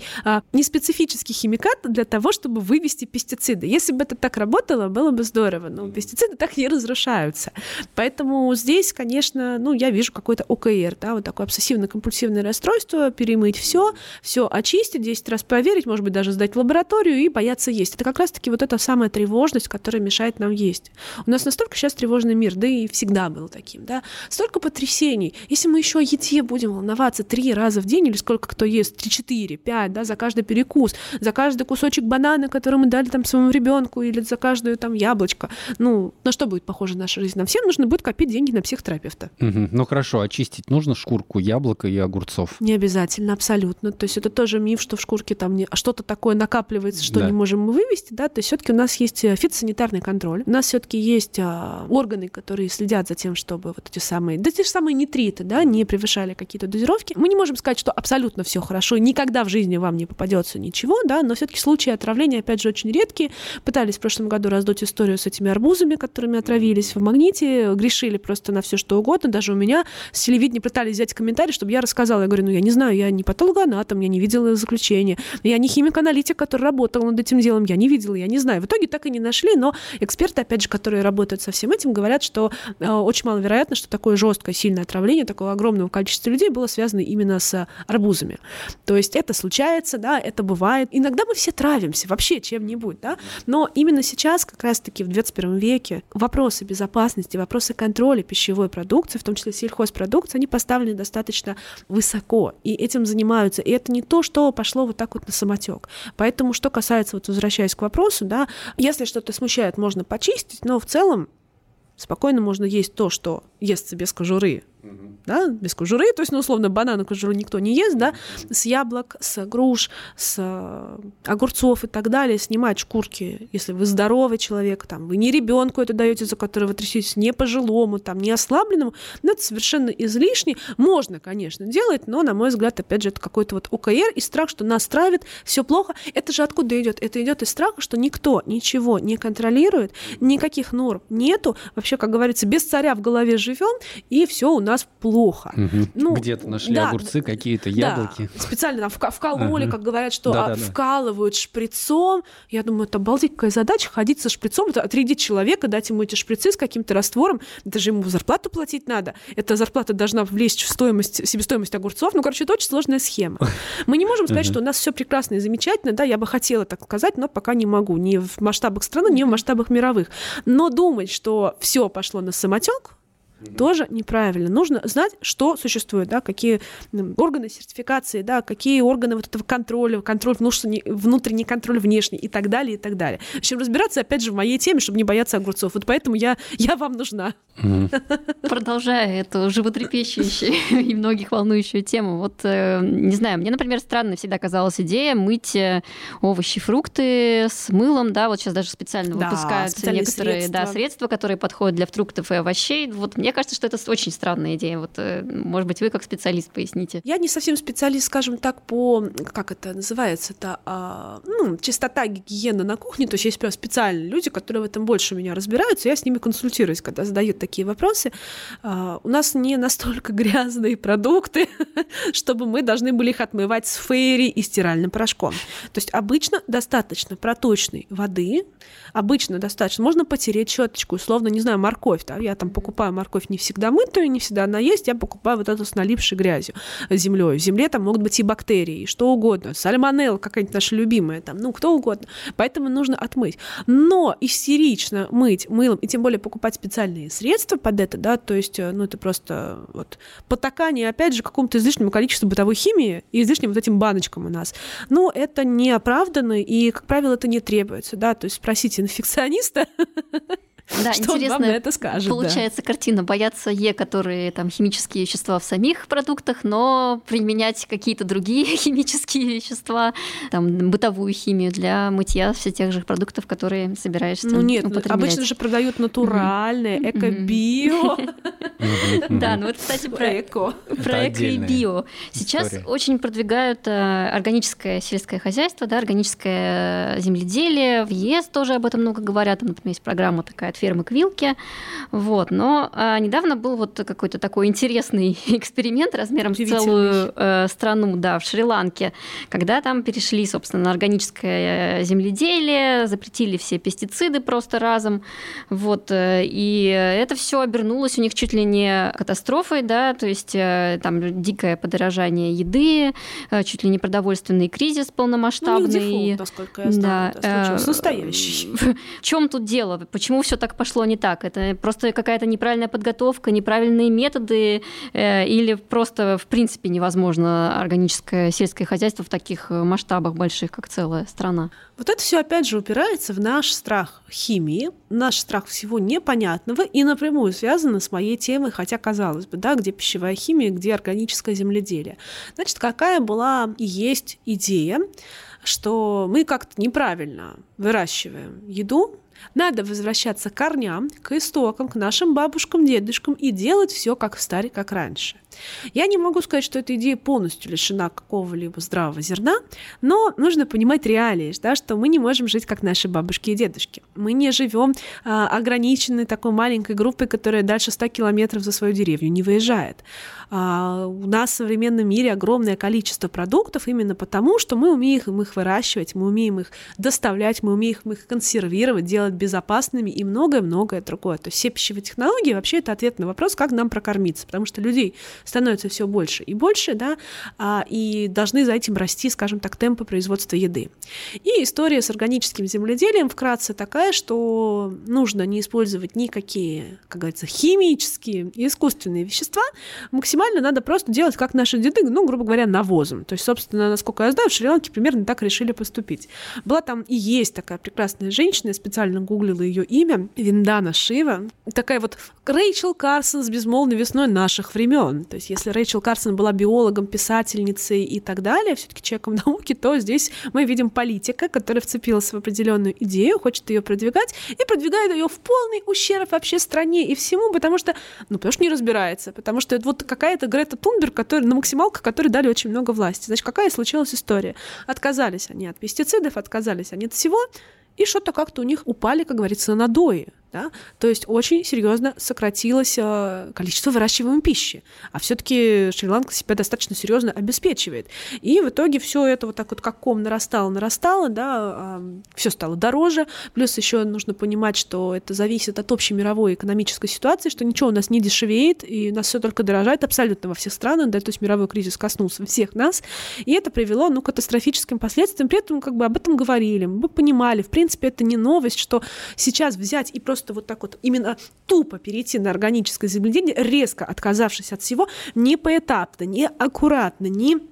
химикат для того, чтобы вывести пестициды. Если бы это так работало, было бы здорово, но пестициды так не разрушаются. Поэтому здесь, конечно, я вижу какой-то ОКР, да, вот такое обсессивно-компульсивное расстройство, перемыть все очистить, 10 раз проверить, может быть, даже сдать в лабораторию и бояться есть. Это как раз-таки вот эта самая тревожность, которая мешает нам есть. У нас настолько сейчас тревожный мир, да и всегда был таким. Да? Столько потрясений. Если мы еще о еде будем волноваться 3 раза в день, или сколько кто ест, 3, 4, 5, да, за каждый перекус, за каждый кусочек банана, который мы дали там своему ребенку, или за каждое там яблочко, на что будет похожа наша жизнь? Нам всем нужно будет копить деньги на психотерапевта. Ну хорошо, очистить нужно шкурку яблока и огурцов? Не обязательно, абсолютно. То есть это тоже миф, что в шкурке там что-то такое накапливается, что не можем мы вывести. Да? То есть все-таки у нас есть фитосанитарный контроль, у нас все-таки есть органы, которые следят за тем, чтобы вот эти те же самые нитриты, да, не превышали какие-то дозировки. Мы не можем сказать, что абсолютно все хорошо, никогда в жизни вам не попадется ничего, да, но все-таки случаи отравления, опять же, очень редкие. Пытались в прошлом году раздуть историю с этими арбузами, которыми отравились в Магните, грешили просто на все что угодно. Даже у меня с телевидения пытались взять комментарий, чтобы я рассказала. Я говорю, я не знаю, я не патологоанатом, я не видела заключения, я не химик-аналитик, который работал над этим делом, я не видела, я не знаю. В итоге так и не нашли, но эксперты, опять же, которые работают со всем этим, говорят, что очень маловероятно, что такое жесткое, сильное отравление такого огромного количества людей было связано именно с арбузами. То есть это случается, да, это бывает. Иногда мы все травимся вообще чем-нибудь, да, но именно сейчас, как раз-таки в 21 веке, вопросы безопасности, вопросы контроля пищевой продукции, в том числе сельхозпродукции, они поставлены достаточно высоко, и этим занимаются. И это не то, что пошло вот так вот на самотек. Поэтому, что касается, вот возвращаясь к вопросу, да, если что-то смущает, можно почистить, но в целом спокойно можно есть то, что естся без кожуры, да, без кожуры, то есть, условно, бананы кожуру никто не ест, да, с яблок, с груш, с огурцов и так далее, снимать шкурки, если вы здоровый человек, там, вы не ребенку это даете, за которого вы трясетесь, не пожилому, там, не ослабленному, но это совершенно излишне. Можно, конечно, делать, но, на мой взгляд, опять же, это какой-то вот ОКР и страх, что нас травит, все плохо. Это же откуда идет? Это идет из страха, что никто ничего не контролирует, никаких норм нету, вообще, как говорится, без царя в голове живем, и все у нас плохо. Где-то нашли огурцы, какие-то яблоки. Да, специально там вкололи, как говорят, что вкалывают шприцом. Я думаю, это обалдеть, какая задача ходить со шприцом, это отрядить человека, дать ему эти шприцы с каким-то раствором. Это же ему зарплату платить надо. Эта зарплата должна влезть в себестоимость огурцов. Это очень сложная схема. Мы не можем сказать, что у нас все прекрасно и замечательно. Да, я бы хотела так сказать, но пока не могу. Ни в масштабах страны, ни в масштабах мировых. Но думать, что все пошло на самотек, тоже неправильно. Нужно знать, что существует, да, какие органы сертификации, да, какие органы вот этого контроль внутренний контроль внешний и так далее, и так далее. В общем, разбираться, опять же, в моей теме, чтобы не бояться огурцов. Вот поэтому я вам нужна. Продолжая эту животрепещущую и многих волнующую тему, вот, не знаю, мне, например, странно всегда казалась идея мыть овощи, фрукты с мылом, да, вот сейчас даже специально выпускаются некоторые средства, которые подходят для фруктов и овощей. Вот мне Мне кажется, что это очень странная идея. Вот, может быть, вы как специалист поясните. Я не совсем специалист, скажем так, по, как это называется-то, чистота, гигиена на кухне. То есть есть прям специальные люди, которые в этом больше меня разбираются. Я с ними консультируюсь, когда задают такие вопросы. У нас не настолько грязные продукты, чтобы мы должны были их отмывать с фейри и стиральным порошком. То есть обычно достаточно проточной воды, обычно достаточно. Можно потереть щеточку, условно, не знаю, морковь. Да? Я там покупаю морковь не всегда мытую, не всегда она есть, я покупаю вот эту с налипшей грязью, землей. В земле там могут быть и бактерии, и что угодно. Сальмонелла какая-нибудь наша любимая, там, кто угодно. Поэтому нужно отмыть. Но истерично мыть мылом, и тем более покупать специальные средства под это, да, то есть, это просто вот потакание, опять же, какому-то излишнему количеству бытовой химии и излишним вот этим баночкам у нас. Но это не оправданно, и, как правило, это не требуется, да, то есть спросите инфекциониста, да, что он вам на это скажет. Получается картина. Боятся которые там химические вещества в самих продуктах, но применять какие-то другие химические вещества, там, бытовую химию для мытья всех тех же продуктов, которые собираешься употреблять. Обычно же продают натуральное, эко-био. Да, вот, кстати, про эко и био. Сейчас очень продвигают органическое сельское хозяйство, да, органическое земледелие. В ЕС тоже об этом много говорят. Там, например, есть программа такая от фермы к вилке. Вот. Но недавно был вот какой-то такой интересный эксперимент размером с целую страну, да, в Шри-Ланке, когда там перешли, собственно, на органическое земледелие, запретили все пестициды просто разом. Вот. И это все обернулось у них чуть ли не катастрофой, да, то есть там дикое подорожание еды, чуть ли не продовольственный кризис полномасштабный. Ну, дефолт, насколько я знаю, случился настоящий. В чем тут дело? Почему все так пошло не так? Это просто какая-то неправильная подготовка, неправильные методы или просто в принципе невозможно органическое сельское хозяйство в таких масштабах больших, как целая страна? Вот это все опять же упирается в наш страх химии, наш страх всего непонятного и напрямую связано с моей темой, хотя казалось бы, да, где пищевая химия, где органическое земледелие. Значит, какая была и есть идея, что мы как-то неправильно выращиваем еду, надо возвращаться к корням, к истокам, к нашим бабушкам, дедушкам и делать все как в старе, как раньше. Я не могу сказать, что эта идея полностью лишена какого-либо здравого зерна, но нужно понимать реалии, да, что мы не можем жить, как наши бабушки и дедушки. Мы не живем ограниченной такой маленькой группой, которая дальше 100 километров за свою деревню не выезжает. У нас в современном мире огромное количество продуктов именно потому, что мы умеем их выращивать, мы умеем их доставлять, мы умеем их консервировать, делать безопасными и многое-многое другое. То есть все пищевые технологии вообще это ответ на вопрос, как нам прокормиться, потому что людей становится все больше и больше, да, и должны за этим расти, скажем так, темпы производства еды. И история с органическим земледелием вкратце такая, что нужно не использовать никакие, как говорится, химические и искусственные вещества, максимально надо просто делать, как наши деды, грубо говоря, навозом. То есть, собственно, насколько я знаю, в Шри-Ланке примерно так решили поступить. Была там и есть такая прекрасная женщина, я специально гуглила ее имя, Виндана Шива, такая вот Рэйчел Карсон с безмолвной весной наших времен. То есть если Рэйчел Карсон была биологом, писательницей и так далее, все-таки человеком науки, то здесь мы видим политика, которая вцепилась в определенную идею, хочет ее продвигать и продвигает ее в полный ущерб вообще стране и всему, потому что не разбирается, потому что это вот какая-то Грета Тунберг, которая на максималках, которой дали очень много власти. Значит, какая случилась история? Отказались они от пестицидов, отказались они от всего, и что-то как-то у них упали, как говорится, надои. Да? То есть очень серьезно сократилось количество выращиваемой пищи. А все-таки Шри-Ланка себя достаточно серьезно обеспечивает. И в итоге все это вот так вот как ком нарастало, да, все стало дороже. Плюс еще нужно понимать, что это зависит от общей мировой экономической ситуации, что ничего у нас не дешевеет, и у нас все только дорожает абсолютно во всех странах, да, то есть мировой кризис коснулся всех нас, и это привело к катастрофическим последствиям. При этом об этом говорили, мы понимали, в принципе, это не новость, что сейчас взять и просто вот так вот именно тупо перейти на органическое земледелие, резко отказавшись от всего, не поэтапно, не аккуратно, не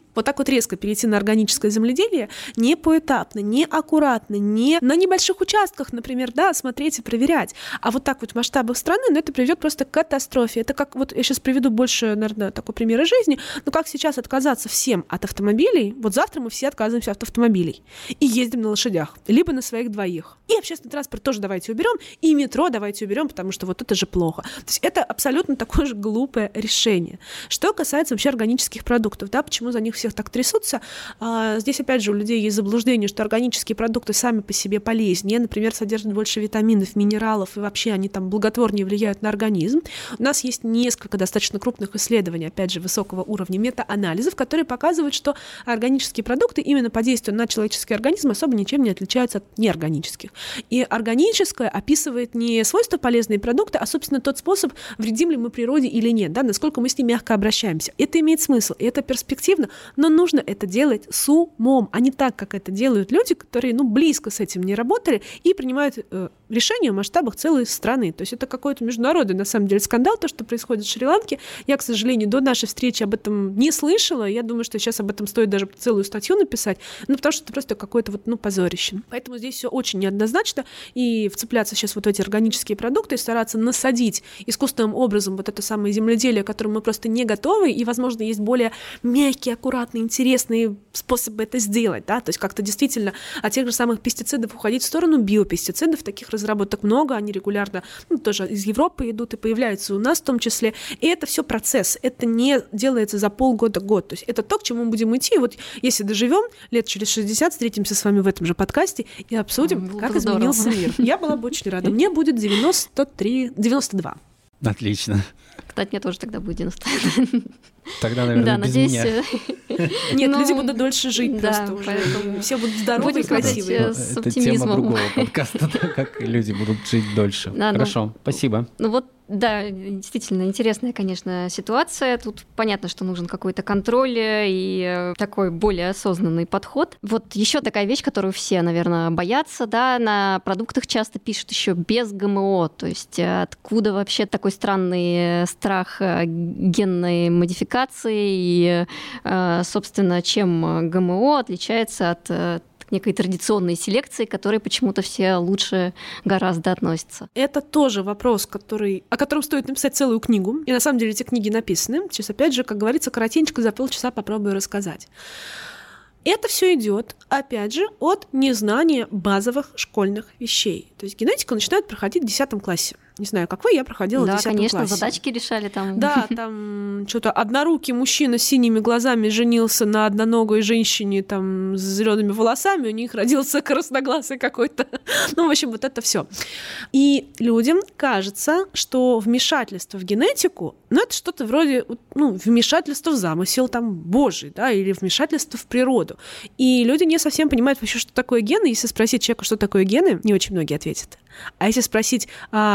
Вот так вот резко перейти на органическое земледелие не поэтапно, не аккуратно, не на небольших участках, например, да, смотреть и проверять, а вот так вот в масштабах страны, ну, это приведет просто к катастрофе. Это как, вот я сейчас приведу больше, наверное, такой пример из жизни, но как сейчас отказаться всем от автомобилей, вот завтра мы все отказываемся от автомобилей и ездим на лошадях, либо на своих двоих. И общественный транспорт тоже давайте уберем, и метро давайте уберем, потому что вот это же плохо. То есть это абсолютно такое же глупое решение. Что касается вообще органических продуктов, да, почему за них всех так трясутся, здесь опять же у людей есть заблуждение, что органические продукты сами по себе полезнее, например, содержат больше витаминов, минералов, и вообще они там благотворнее влияют на организм. У нас есть несколько достаточно крупных исследований, опять же, высокого уровня метаанализов, которые показывают, что органические продукты именно по действию на человеческий организм особо ничем не отличаются от неорганических. И органическое описывает не свойства полезные продукты, а, собственно, тот способ, вредим ли мы природе или нет, да, насколько мы с ним мягко обращаемся. Это имеет смысл, и это перспективно, но нужно это делать с умом, а не так, как это делают люди, которые, близко с этим не работали и принимают решения в масштабах целой страны. То есть это какой-то международный, на самом деле, скандал, то, что происходит в Шри-Ланке. Я, к сожалению, до нашей встречи об этом не слышала. Я думаю, что сейчас об этом стоит даже целую статью написать, потому что это просто какое-то позорище. Поэтому здесь все очень неоднозначно, и вцепляться сейчас вот в эти органические продукты и стараться насадить искусственным образом вот это самое земледелие, к которому мы просто не готовы, и, возможно, есть более мягкие, аккуратные, интересные способы это сделать, да, то есть как-то действительно от тех же самых пестицидов уходить в сторону биопестицидов, таких разработок много, они регулярно тоже из Европы идут и появляются у нас в том числе, и это все процесс, это не делается за полгода-год, то есть это то, к чему мы будем идти, и вот если доживем, лет через 60 встретимся с вами в этом же подкасте и обсудим, как изменился мир. Я была бы очень рада. Мне будет 92. Отлично. Кстати, мне тоже тогда будет 90. Тогда, наверное, да, без надеюсь... меня. Нет, люди будут дольше жить просто уже. Все будут здоровы и красивые. Это тема другого подкаста, как люди будут жить дольше. Хорошо, спасибо. Да, действительно интересная, конечно, ситуация. Тут понятно, что нужен какой-то контроль и такой более осознанный подход. Вот еще такая вещь, которую все, наверное, боятся, да, на продуктах часто пишут еще без ГМО. То есть откуда вообще такой странный страх генной модификации и, собственно, чем ГМО отличается от некой традиционной селекции, к которой почему-то все лучше гораздо относятся. Это тоже вопрос, о котором стоит написать целую книгу. И на самом деле эти книги написаны. Сейчас, опять же, как говорится, коротенько за полчаса попробую рассказать. Это все идет, опять же, от незнания базовых школьных вещей. То есть генетику начинают проходить в 10 классе. Не знаю, как вы, я проходила в 10 классе. Да, конечно, задачки решали там. Да, там что-то однорукий мужчина с синими глазами женился на одноногой женщине там с зелеными волосами, у них родился красноглазый какой-то. В общем, вот это все. И людям кажется, что вмешательство в генетику, это что-то вроде вмешательства в замысел там Божий, да, или вмешательство в природу. И люди не совсем понимают вообще, что такое гены. Если спросить человека, что такое гены, не очень многие ответят. А если спросить,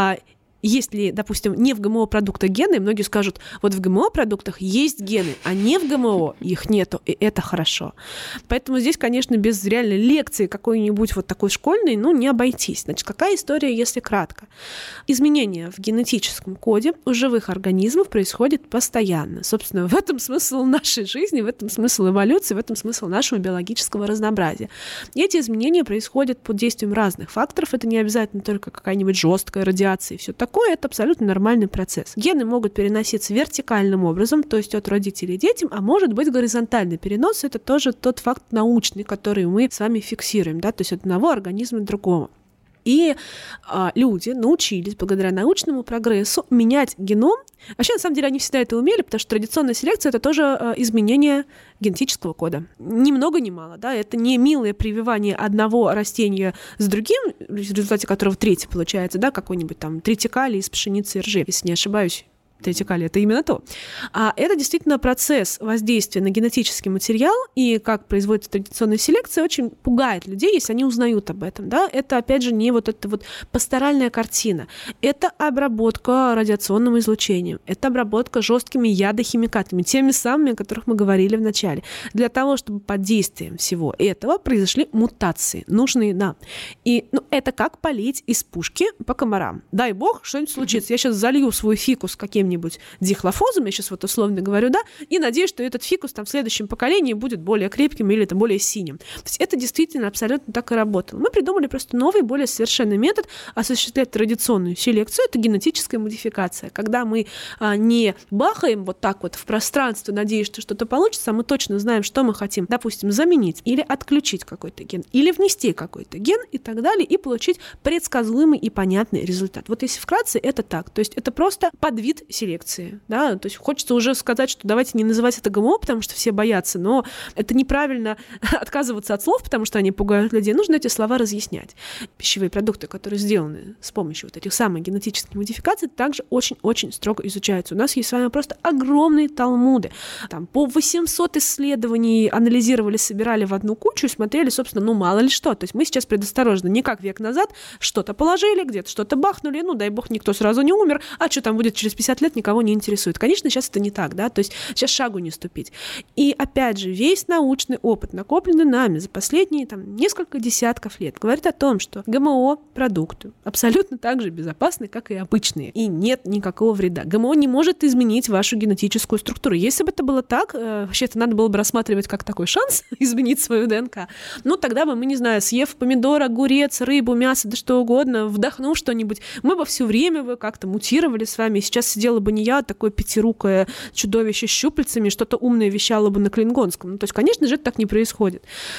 есть ли, допустим, не в ГМО-продуктах гены, многие скажут, вот в ГМО-продуктах есть гены, а не в ГМО их нету, и это хорошо. Поэтому здесь, конечно, без реальной лекции какой-нибудь вот такой школьной, не обойтись. Значит, какая история, если кратко? Изменения в генетическом коде у живых организмов происходят постоянно. Собственно, в этом смысл нашей жизни, в этом смысл эволюции, в этом смысл нашего биологического разнообразия. И эти изменения происходят под действием разных факторов. Это не обязательно только какая-нибудь жесткая радиация и все такое. Это абсолютно нормальный процесс. Гены могут переноситься вертикальным образом, то есть от родителей детям, а может быть горизонтальный перенос. Это тоже тот факт научный, который мы с вами фиксируем, да, то есть от одного организма к другому. И люди научились, благодаря научному прогрессу, менять геном. Вообще, на самом деле, они всегда это умели, потому что традиционная селекция — это тоже изменение генетического кода. Ни много, ни мало. Да? Это не милое прививание одного растения с другим, в результате которого третье получается, да, какой-нибудь там тритикалий из пшеницы и ржи, если не ошибаюсь. Тритикалия — это именно то. А это действительно процесс воздействия на генетический материал, и как производится традиционная селекция, очень пугает людей, если они узнают об этом. Да? Это, опять же, не вот эта вот пасторальная картина. Это обработка радиационным излучением, это обработка жесткими ядохимикатами, теми самыми, о которых мы говорили в начале. Для того, чтобы под действием всего этого произошли мутации, нужные нам. И это как полить из пушки по комарам. Дай бог, что-нибудь случится. Я сейчас залью свой фикус каким-нибудь каким-нибудь дихлофозом, я сейчас вот условно говорю, да, и надеюсь, что этот фикус там в следующем поколении будет более крепким или там более синим. То есть это действительно абсолютно так и работало. Мы придумали просто новый, более совершенный метод осуществлять традиционную селекцию. Это генетическая модификация. Когда мы не бахаем вот так вот в пространство, надеясь, что что-то получится, а мы точно знаем, что мы хотим, допустим, заменить или отключить какой-то ген, или внести какой-то ген и так далее, и получить предсказуемый и понятный результат. Вот если вкратце, это так. То есть это просто подвид селекции. Да? То есть хочется уже сказать, что давайте не называть это ГМО, потому что все боятся, но это неправильно отказываться от слов, потому что они пугают людей. Нужно эти слова разъяснять. Пищевые продукты, которые сделаны с помощью вот этих самых генетических модификаций, также очень-очень строго изучаются. У нас есть с вами просто огромные талмуды. Там по 800 исследований анализировали, собирали в одну кучу и смотрели, собственно, мало ли что. То есть мы сейчас предосторожны. Не как век назад что-то положили, где-то что-то бахнули, дай бог, никто сразу не умер, а что там будет через 50 лет, никого не интересует. Конечно, сейчас это не так, да, то есть сейчас шагу не ступить. И опять же, весь научный опыт, накопленный нами за последние несколько десятков лет, говорит о том, что ГМО-продукты абсолютно так же безопасны, как и обычные, и нет никакого вреда. ГМО не может изменить вашу генетическую структуру. Если бы это было так, вообще это надо было бы рассматривать как такой шанс изменить свою ДНК. Тогда бы мы, не знаю, съев помидор, огурец, рыбу, мясо, да что угодно, вдохнув что-нибудь, мы бы все время бы как-то мутировали с вами. И сейчас сидела бы не я, а такое пятирукое чудовище с щупальцами, что-то умное вещало бы на клингонском. То есть, конечно же, это так не происходит.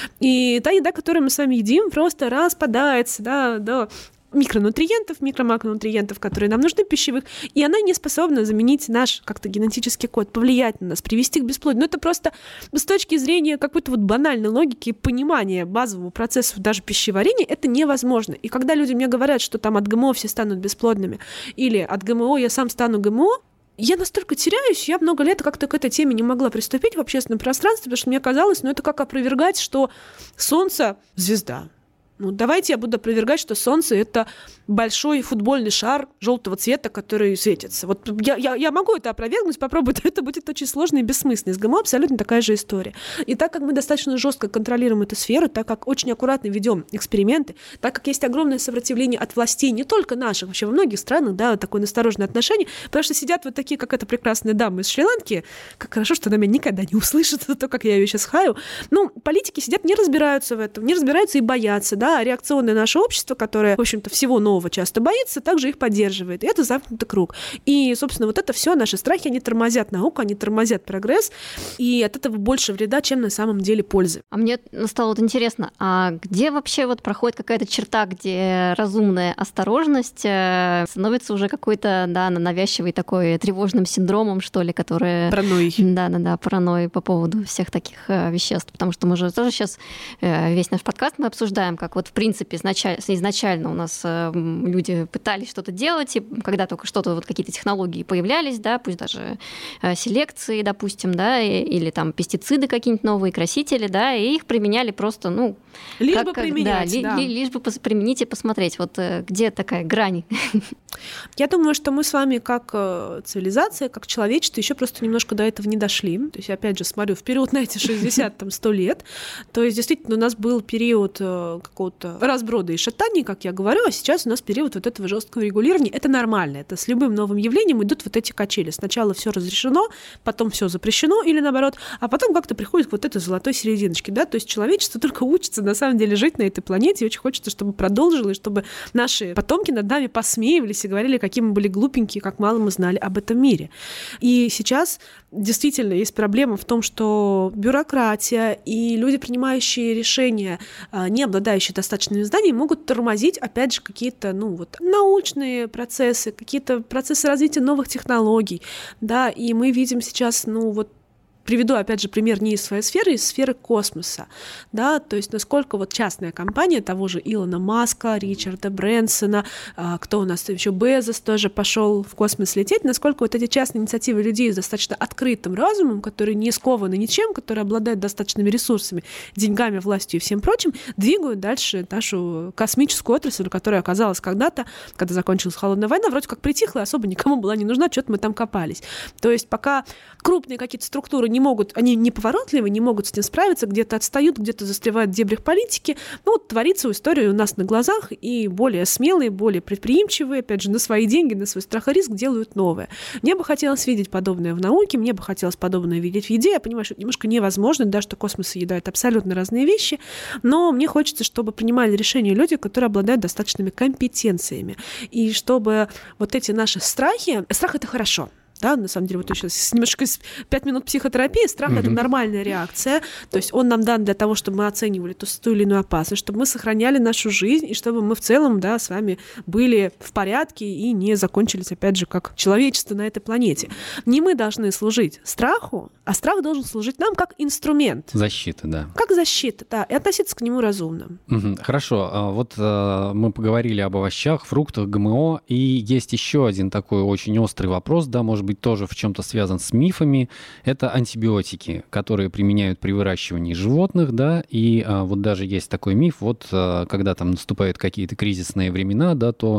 И та еда, которую мы с вами едим, просто распадается, до микронутриентов, микро-макронутриентов, которые нам нужны, пищевых, и она не способна заменить наш как-то генетический код, повлиять на нас, привести к бесплодию. Но это просто с точки зрения какой-то банальной логики и понимания базового процесса даже пищеварения это невозможно. И когда люди мне говорят, что там от ГМО все станут бесплодными, или от ГМО я сам стану ГМО, я настолько теряюсь, я много лет как-то к этой теме не могла приступить в общественном пространстве, потому что мне казалось, это как опровергать, что Солнце — звезда. Давайте я буду опровергать, что Солнце — это большой футбольный шар желтого цвета, который светится. Вот я могу это опровергнуть, попробовать, это будет очень сложно и бессмысленно. С ГМО абсолютно такая же история. И так как мы достаточно жестко контролируем эту сферу, так как очень аккуратно ведем эксперименты, так как есть огромное сопротивление от властей, не только наших, вообще во многих странах, такое настороженное отношение, потому что сидят вот такие, как эта прекрасная дама из Шри-Ланки, как хорошо, что она меня никогда не услышит, за то, как я ее сейчас хаю. Политики сидят, не разбираются в этом, не разбираются и боятся, а реакционное наше общество, которое, в общем-то, всего нового часто боится, также их поддерживает. И это замкнутый круг. И, собственно, вот это все наши страхи, они тормозят науку, они тормозят прогресс, и от этого больше вреда, чем на самом деле пользы. А мне стало интересно, а где вообще проходит какая-то черта, где разумная осторожность становится уже какой-то, навязчивой такой тревожным синдромом, что ли, который... Паранойей. Да, паранойей по поводу всех таких веществ. Потому что мы же тоже сейчас весь наш подкаст мы обсуждаем, как в принципе, изначально у нас люди пытались что-то делать, и когда только что-то, какие-то технологии появлялись, пусть даже селекции, допустим, или там пестициды какие-нибудь новые, красители, и их применяли просто, лишь бы применять, лишь бы применить и посмотреть, где такая грань. Я думаю, что мы с вами как цивилизация, как человечество еще просто немножко до этого не дошли. То есть, опять же, смотрю вперед на эти 60-100 лет. То есть, действительно, у нас был период какого-то разброда и шатания, как я говорю, а сейчас у нас период этого жесткого регулирования. Это нормально. Это с любым новым явлением идут эти качели. Сначала все разрешено, потом все запрещено или наоборот, а потом как-то приходит к этой золотой серединочке. То есть человечество только учится на самом деле жить на этой планете, и очень хочется, чтобы продолжило, и чтобы наши потомки над нами посмеивались и говорили, какие мы были глупенькие, как мало мы знали об этом мире. И сейчас действительно есть проблема в том, что бюрократия и люди, принимающие решения, не обладающие достаточными знаниями, могут тормозить, опять же, какие-то научные процессы, какие-то процессы развития новых технологий. И мы видим сейчас, приведу, опять же, пример не из своей сферы, из сферы космоса. То есть насколько частная компания того же Илона Маска, Ричарда Брэнсона, кто у нас еще, Безос тоже пошел в космос лететь, насколько эти частные инициативы людей с достаточно открытым разумом, которые не скованы ничем, которые обладают достаточными ресурсами, деньгами, властью и всем прочим, двигают дальше нашу космическую отрасль, которая оказалась когда-то, когда закончилась холодная война, вроде как притихла, особо никому была не нужна, что-то мы там копались. То есть пока крупные какие-то структуры не могут, они неповоротливы, не могут с этим справиться, где-то отстают, где-то застревают в дебрях политики. Ну, вот творится история у нас на глазах, и более смелые, более предприимчивые, опять же, на свои деньги, на свой страх и риск делают новое. Мне бы хотелось видеть подобное в науке, мне бы хотелось подобное видеть в еде. Я понимаю, что это немножко невозможно, да, что космос и еда — это абсолютно разные вещи, но мне хочется, чтобы принимали решения люди, которые обладают достаточными компетенциями, и чтобы вот эти наши страхи... Страх — это хорошо. Да, на самом деле, вот сейчас немножко 5 минут психотерапии, страх — это нормальная реакция, то есть он нам дан для того, чтобы мы оценивали ту или иную опасность, чтобы мы сохраняли нашу жизнь, и чтобы мы в целом, да, с вами были в порядке и не закончились, опять же, как человечество на этой планете. Не мы должны служить страху, а страх должен служить нам как инструмент. Защита, да. Как защита, да, и относиться к нему разумно. Хорошо, вот мы поговорили об овощах, фруктах, ГМО, и есть еще один такой очень острый вопрос, да, может быть, тоже в чем-то связан с мифами. Это антибиотики, которые применяют при выращивании животных, да, и вот даже есть такой миф, вот когда там наступают какие-то кризисные времена, да, то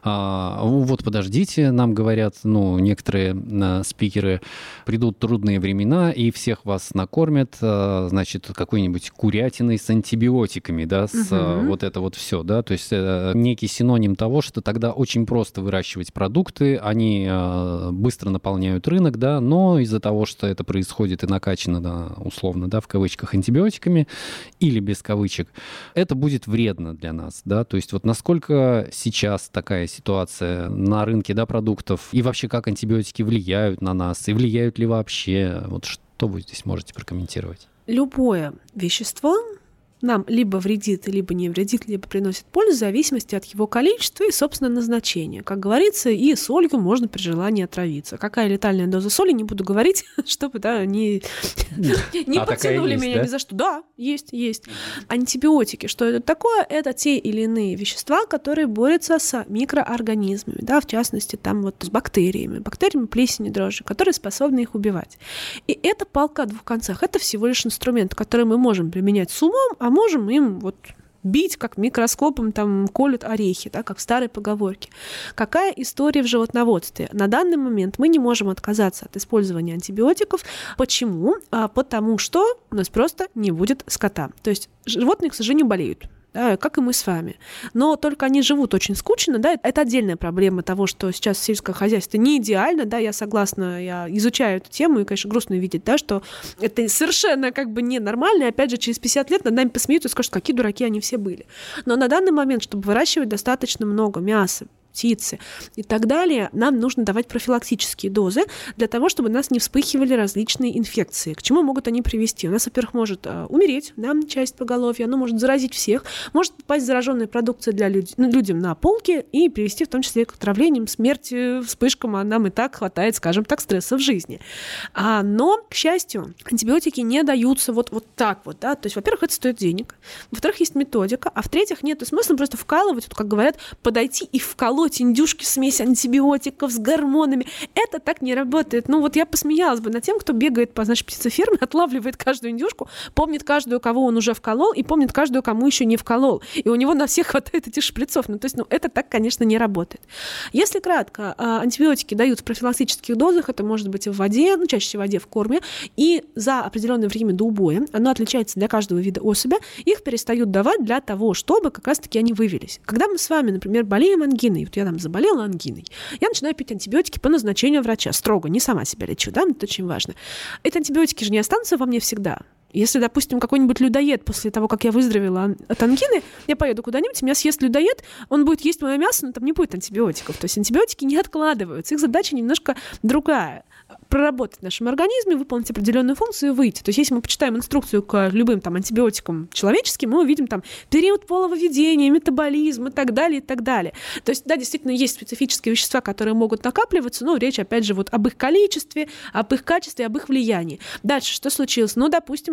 вот подождите, нам говорят, ну, некоторые спикеры, придут трудные времена, и всех вас накормят, значит, какой-нибудь курятиной с антибиотиками, да, с вот это вот все, да, то есть некий синоним того, что тогда очень просто выращивать продукты, они быстро наполняют рынок, да, но из-за того, что это происходит и накачано, да, условно, да, в кавычках, антибиотиками или без кавычек, это будет вредно для нас, да, то есть вот насколько сейчас такая ситуация на рынке, да, продуктов, и вообще как антибиотики влияют на нас, и влияют ли вообще, вот что вы здесь можете прокомментировать? Любое вещество нам либо вредит, либо не вредит, либо приносит пользу в зависимости от его количества и, собственно, назначения. Как говорится, и солью можно при желании отравиться. Какая летальная доза соли, не буду говорить, чтобы, да, не подтянули меня ни за что. Да, есть. Антибиотики, что это такое? Это те или иные вещества, которые борются с микроорганизмами, да, в частности, там вот с бактериями, плесени, дрожжи, которые способны их убивать. И это палка о двух концах. Это всего лишь инструмент, который мы можем применять с умом, а можем им вот бить, как микроскопом там колют орехи, да, как в старой поговорке. Какая история в животноводстве? На данный момент мы не можем отказаться от использования антибиотиков. Почему? Потому что у нас просто не будет скота. То есть животные, к сожалению, болеют. Да, как и мы с вами. Но только они живут очень скучно, да, это отдельная проблема того, что сейчас сельское хозяйство не идеально, да, я согласна, я изучаю эту тему, и, конечно, грустно видеть, да, что это совершенно как бы ненормально, и, опять же, через 50 лет над нами посмеются и скажут, какие дураки они все были. Но на данный момент, чтобы выращивать достаточно много мяса, птицы и так далее, нам нужно давать профилактические дозы для того, чтобы у нас не вспыхивали различные инфекции. К чему могут они привести? У нас, во-первых, может умереть, да, часть поголовья, оно может заразить всех, может попасть зараженная продукция для людям на полке и привести в том числе к отравлениям, смерти, вспышкам, а нам и так хватает, скажем так, стресса в жизни. Но, к счастью, антибиотики не даются вот так вот, да, то есть, во-первых, это стоит денег, во-вторых, есть методика, а в-третьих, нет смысла просто вкалывать, вот, как говорят, подойти и вколоть индюшки смесь антибиотиков с гормонами. Это так не работает. Ну вот я посмеялась бы над тем, кто бегает по, значит, птицеферме, отлавливает каждую индюшку, помнит каждую, кого он уже вколол, и помнит каждую, кому еще не вколол. И у него на всех хватает этих шприцов. Ну то есть, это так, конечно, не работает. Если кратко, антибиотики дают в профилактических дозах, это может быть в воде, ну чаще всего в воде, в корме, и за определенное время до убоя, оно отличается для каждого вида особи, их перестают давать для того, чтобы как раз-таки они вывелись. Когда мы с вами, например, болеем ангиной, вот я там заболела ангиной, я начинаю пить антибиотики по назначению врача, строго, не сама себя лечу, да, это очень важно. Эти антибиотики же не останутся во мне всегда. Если, допустим, какой-нибудь людоед после того, как я выздоровела от ангины, я поеду куда-нибудь, меня съест людоед, он будет есть мое мясо, но там не будет антибиотиков. То есть антибиотики не откладываются, их задача немножко другая. Проработать в нашем организме, выполнить определенную функцию и выйти. То есть если мы почитаем инструкцию к любым там антибиотикам человеческим, мы увидим там период полововедения, метаболизм и так далее, и так далее. То есть, да, действительно, есть специфические вещества, которые могут накапливаться, но речь, опять же, вот об их количестве, об их качестве, об их влиянии. Дальше, что случилось? Ну, допустим,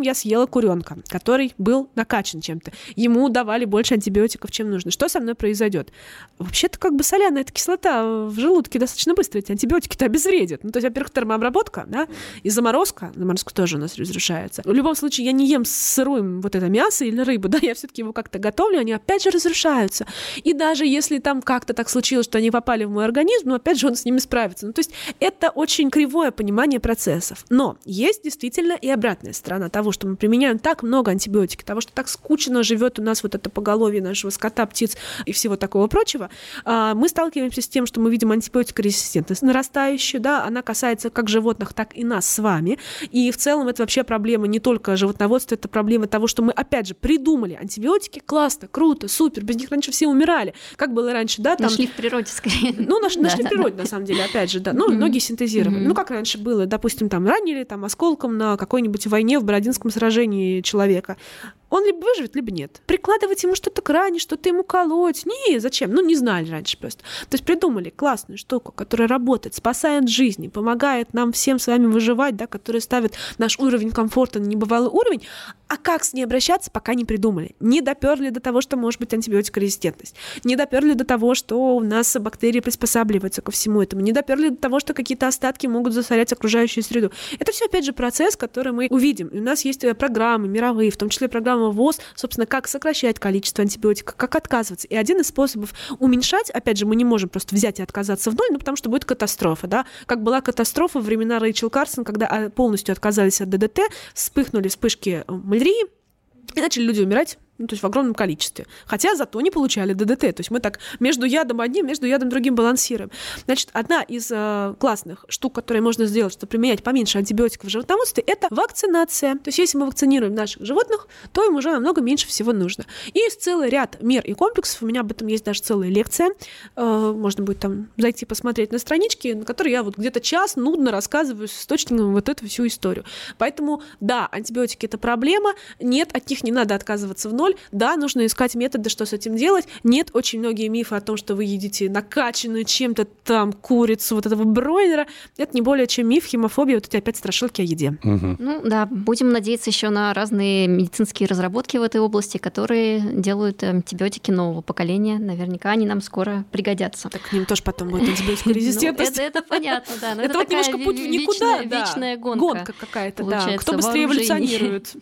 я съела куренка, который был накачан чем-то. Ему давали больше антибиотиков, чем нужно. Что со мной произойдет? Вообще-то как бы соляная эта кислота в желудке достаточно быстро эти антибиотики-то обезвредят. Ну, то есть, во-первых, термообработка, да, и заморозка тоже у нас разрушается. В любом случае, я не ем сырое вот это мясо или рыбу, да, я все-таки его как-то готовлю, они опять же разрушаются. И даже если там как-то так случилось, что они попали в мой организм, ну, опять же, он с ними справится. Ну, то есть, это очень кривое понимание процессов. Но есть действительно и обратная сторона того, что мы применяем так много антибиотиков, того, что так скучно живет у нас вот это поголовье нашего скота, птиц и всего такого прочего, мы сталкиваемся с тем, что мы видим антибиотикорезистентность нарастающую, да, она касается как животных, так и нас с вами. И в целом это вообще проблема не только животноводства, это проблема того, что мы, опять же, придумали антибиотики, классно, круто, супер, без них раньше все умирали. Как было раньше, да? Там... Нашли в природе, скорее. Ну, нашли в природе, на самом деле, опять же, да. Ну, многие синтезировали. Ну, как раньше было, допустим, там ранили там осколком на какой-нибудь войне в Бородинском сражении человека. Он либо выживет, либо нет. Прикладывать ему что-то к ране, что-то ему колоть. Не, зачем? Ну, не знали раньше просто. То есть придумали классную штуку, которая работает, спасает жизни, помогает нам всем с вами выживать, да, которая ставит наш уровень комфорта на небывалый уровень. А как с ней обращаться, пока не придумали. Не доперли до того, что может быть антибиотикорезистентность. Не доперли до того, что у нас бактерии приспосабливаются ко всему этому. Не доперли до того, что какие-то остатки могут засорять окружающую среду. Это все, опять же, процесс, который мы увидим. И у нас есть программы мировые, в том числе программа ВОЗ, собственно, как сокращать количество антибиотиков, как отказываться. И один из способов уменьшать, опять же, мы не можем просто взять и отказаться в ноль, ну, потому что будет катастрофа, да. Как была катастрофа во времена Рэйчел Карсон, когда полностью отказались от ДДТ, вспыхнули вспышки малярии, и начали люди умирать, ну, то есть в огромном количестве. Хотя зато не получали ДДТ. То есть мы так между ядом одним, между ядом другим балансируем. Значит, одна из классных штук, которые можно сделать, чтобы применять поменьше антибиотиков в животноводстве, это вакцинация. То есть если мы вакцинируем наших животных, то им уже намного меньше всего нужно. И есть целый ряд мер и комплексов. У меня об этом есть даже целая лекция. Можно будет там зайти посмотреть на страничке, на которой я вот где-то час нудно рассказываю с источником вот эту всю историю. Поэтому, да, антибиотики — это проблема. Нет, от них не надо отказываться в ноль. Да, нужно искать методы, что с этим делать. Нет, очень многие мифы о том, что вы едите накачанную чем-то там курицу, вот этого бройлера. Это не более чем миф, химофобия, вот эти опять страшилки о еде. Ну да, будем надеяться еще на разные медицинские разработки в этой области, которые делают антибиотики нового поколения. Наверняка они нам скоро пригодятся. Так к ним тоже потом будет антибиотикорезистентность. Это понятно, да. Это вот немножко путь в никуда. Вечная гонка. Гонка какая-то, да. Кто быстрее эволюционирует.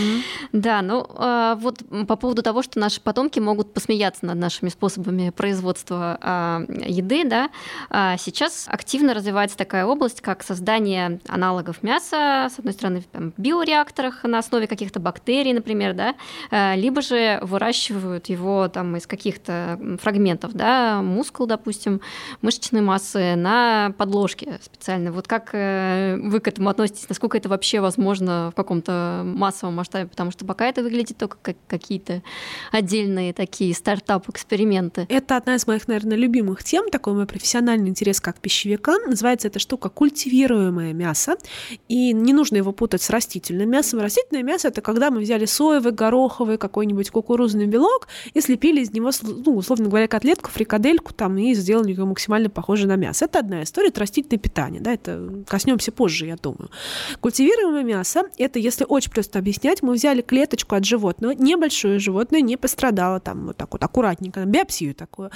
Да, ну вот по поводу того, что наши потомки могут посмеяться над нашими способами производства еды, да, сейчас активно развивается такая область, как создание аналогов мяса, с одной стороны, в биореакторах на основе каких-то бактерий, например, да, либо же выращивают его там из каких-то фрагментов, да, мускул, допустим, мышечной массы на подложке специально. Вот как вы к этому относитесь? Насколько это вообще возможно в каком-то массовом масштабе? Потому что пока это выглядит только как какие-то отдельные такие стартап-эксперименты. Это одна из моих, наверное, любимых тем, такой мой профессиональный интерес как пищевика. Называется эта штука культивируемое мясо. И не нужно его путать с растительным мясом. Растительное мясо — это когда мы взяли соевый, гороховый, какой-нибудь кукурузный белок и слепили из него, ну, условно говоря, котлетку, фрикадельку там, и сделали ее максимально похожей на мясо. Это одна история, это растительное питание. Да, это коснемся позже, я думаю. Культивируемое мясо — это, если очень просто объяснять, мы взяли клеточку от животного, небольшое животное не пострадало, там вот так вот аккуратненько, биопсию такую.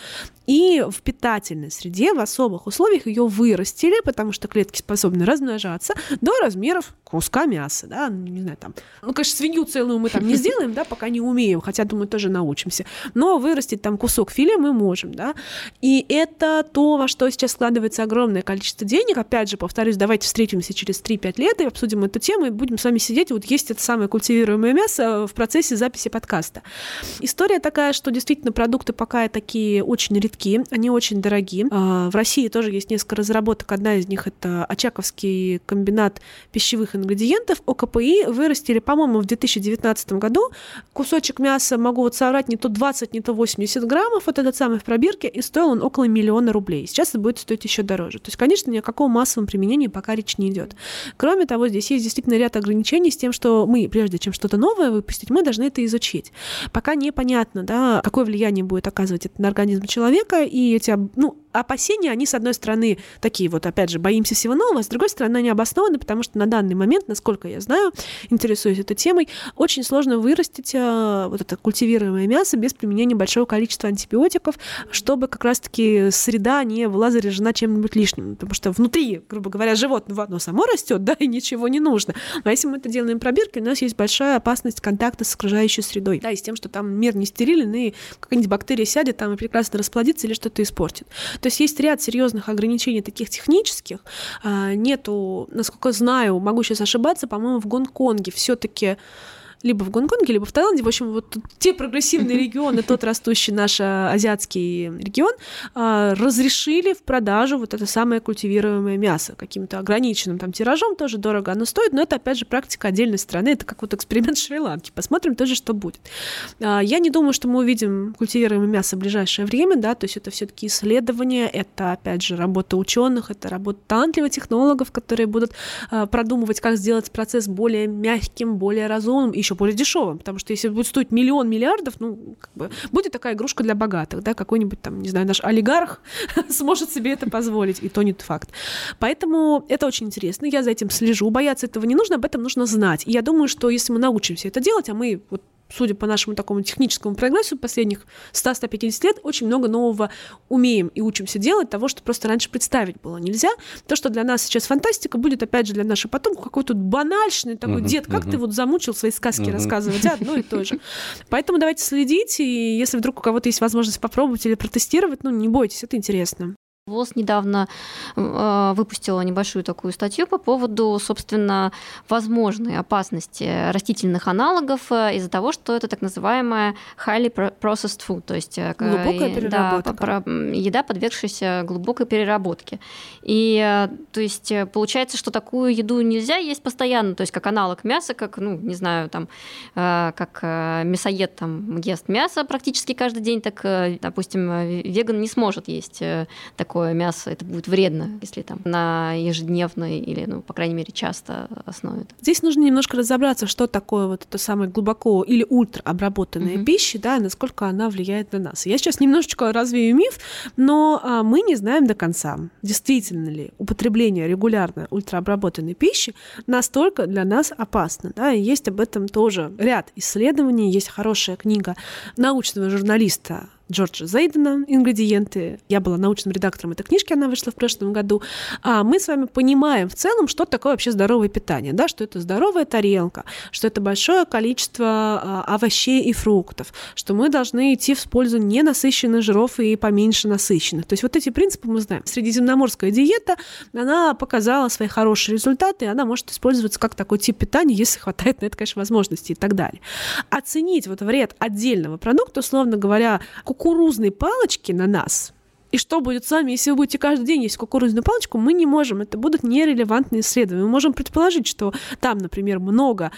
И в питательной среде, в особых условиях ее вырастили, потому что клетки способны размножаться до размеров куска мяса, да, не знаю, там, ну, конечно, свинью целую мы там не сделаем, да, пока не умеем, хотя, думаю, тоже научимся, но вырастить там кусок филе мы можем, да, и это то, во что сейчас складывается огромное количество денег. Опять же, повторюсь, давайте встретимся через 3-5 лет и обсудим эту тему, и будем с вами сидеть, вот есть это самое культивируемое мясо в процессе записи подкаста. История такая, что действительно продукты пока такие очень редки, они очень дорогие. В России тоже есть несколько разработок, одна из них — это Очаковский комбинат пищевых ингредиентов, ОКПИ, вырастили, по-моему, в 2019 году. Кусочек мяса, могу вот соврать, не то 20, не то 80 граммов, вот этот самый в пробирке, и стоил он около 1 миллиона рублей. Сейчас это будет стоить еще дороже. То есть, конечно, ни о каком массовом применении пока речь не идет. Кроме того, здесь есть действительно ряд ограничений с тем, что мы, прежде чем что-то новое выпустить, мы должны это изучить. Пока непонятно, да, какое влияние будет оказывать это на организм человека, и эти, ну, опасения, они, с одной стороны, такие вот, опять же, боимся всего нового, а с другой стороны, они обоснованы, потому что на данный момент, насколько я знаю, интересуюсь этой темой, очень сложно вырастить вот это культивируемое мясо без применения большого количества антибиотиков, чтобы как раз-таки среда не была заряжена чем-нибудь лишним. Потому что внутри, грубо говоря, животное оно само растет, да, и ничего не нужно. А если мы это делаем пробиркой, у нас есть большая опасность контакта с окружающей средой. Да, и с тем, что там мир не стерилен, и какая-нибудь бактерия сядет там и прекрасно расплодится или что-то испортит. То есть есть ряд серьезных ограничений таких технических. Нету, насколько знаю, могу сейчас ошибаться, по-моему, в Гонконге все-таки либо в Гонконге, либо в Таиланде. В общем, вот те прогрессивные регионы, тот растущий наш азиатский регион, разрешили в продажу вот это самое культивируемое мясо каким-то ограниченным там тиражом, тоже дорого оно стоит, но это, опять же, практика отдельной страны, это как вот эксперимент Шри-Ланки. Посмотрим тоже, что будет. Я не думаю, что мы увидим культивируемое мясо в ближайшее время, да, то есть это все-таки исследования, это, опять же, работа ученых, это работа талантливых технологов, которые будут продумывать, как сделать процесс более мягким, более разумным, еще более дешевым, потому что если будет стоить миллиардов, ну, как бы, будет такая игрушка для богатых, да, какой-нибудь там, не знаю, наш олигарх сможет себе это позволить, и то не факт. Поэтому это очень интересно, я за этим слежу, бояться этого не нужно, об этом нужно знать. И я думаю, что если мы научимся это делать, а мы вот судя по нашему такому техническому прогрессу последних 100-150 лет, очень много нового умеем и учимся делать, того, что просто раньше представить было нельзя. То, что для нас сейчас фантастика, будет, опять же, для наших потомков какой-то банальный такой дед, как ты вот замучил свои сказки рассказывать, одно и то же. Поэтому давайте следить, и если вдруг у кого-то есть возможность попробовать или протестировать, ну, не бойтесь, это интересно. ВОЗ недавно выпустила небольшую такую статью по поводу, собственно, возможной опасности растительных аналогов из-за того, что это так называемая highly processed food, то есть глубокая переработка. Еда, подвергшаяся глубокой переработке. И то есть получается, что такую еду нельзя есть постоянно, то есть как аналог мяса, как, ну, не знаю, там, как мясоед там ест мясо практически каждый день, так, допустим, веган не сможет есть такое мясо, это будет вредно, если там на ежедневной или, ну, по крайней мере, часто основе. Здесь нужно немножко разобраться, что такое вот это самое глубоко или ультраобработанная пища, да, и насколько она влияет на нас. Я сейчас немножечко развею миф, но мы не знаем до конца, действительно ли употребление регулярно ультраобработанной пищи настолько для нас опасно. Да, и есть об этом тоже ряд исследований, есть хорошая книга научного журналиста Джорджа Зейдена «Ингредиенты». Я была научным редактором этой книжки, она вышла в прошлом году. Мы с вами понимаем в целом, что такое вообще здоровое питание, да, что это здоровая тарелка, что это большое количество овощей и фруктов, что мы должны идти в пользу ненасыщенных жиров и поменьше насыщенных. То есть вот эти принципы мы знаем. Средиземноморская диета, она показала свои хорошие результаты, и она может использоваться как такой тип питания, если хватает на это, конечно, возможностей и так далее. Оценить вот вред отдельного продукта, условно говоря, кукурузной палочки на нас, и что будет с вами, если вы будете каждый день есть кукурузную палочку, мы не можем. Это будут нерелевантные исследования. Мы можем предположить, что там, например, много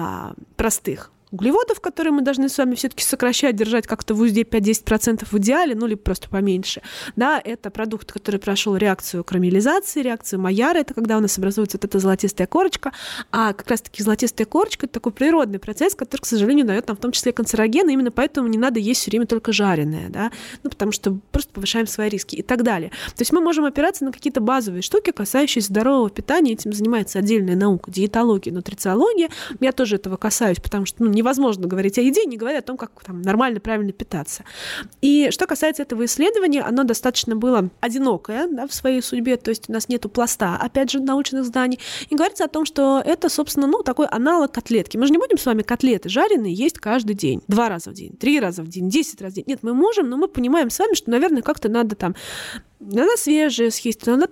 простых углеводов, которые мы должны с вами все-таки сокращать, держать как-то в узде 5-10% в идеале, ну, либо просто поменьше. Да, это продукт, который прошел реакцию карамелизации, реакцию Майяра, это когда у нас образуется вот эта золотистая корочка, а как раз-таки золотистая корочка — это такой природный процесс, который, к сожалению, дает нам в том числе канцерогены, именно поэтому не надо есть все время только жареное, да, ну, потому что просто повышаем свои риски и так далее. То есть мы можем опираться на какие-то базовые штуки, касающиеся здорового питания, этим занимается отдельная наука, диетология, нутрициология, я тоже этого касаюсь, потому что, ну, невозможно говорить о еде, не говоря о том, как там нормально, правильно питаться. И что касается этого исследования, оно достаточно было одинокое, да, в своей судьбе, то есть у нас нету пласта, опять же, научных знаний. И говорится о том, что это, собственно, ну, такой аналог котлетки. Мы же не будем с вами котлеты жареные есть каждый день, 2 раза в день, 3 раза в день, 10 раз в день. Нет, мы можем, но мы понимаем с вами, что, наверное, как-то надо там иногда свежее съесть, иногда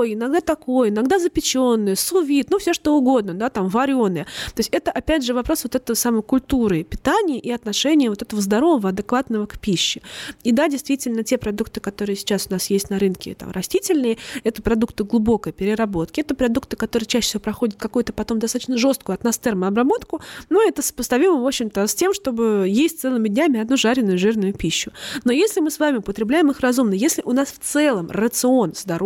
иногда запеченное, сувид, ну, все что угодно, да, там, вареное. То есть это, опять же, вопрос вот этой самой культуры питания и отношения вот этого здорового, адекватного к пище. И да, действительно, те продукты, которые сейчас у нас есть на рынке, там, растительные, это продукты глубокой переработки, это продукты, которые чаще всего проходят какую-то потом достаточно жесткую от нас термообработку, но это сопоставимо, в общем-то, с тем, чтобы есть целыми днями одну жареную жирную пищу. Но если мы с вами употребляем их разумно, если у нас в целом рацион здоровый,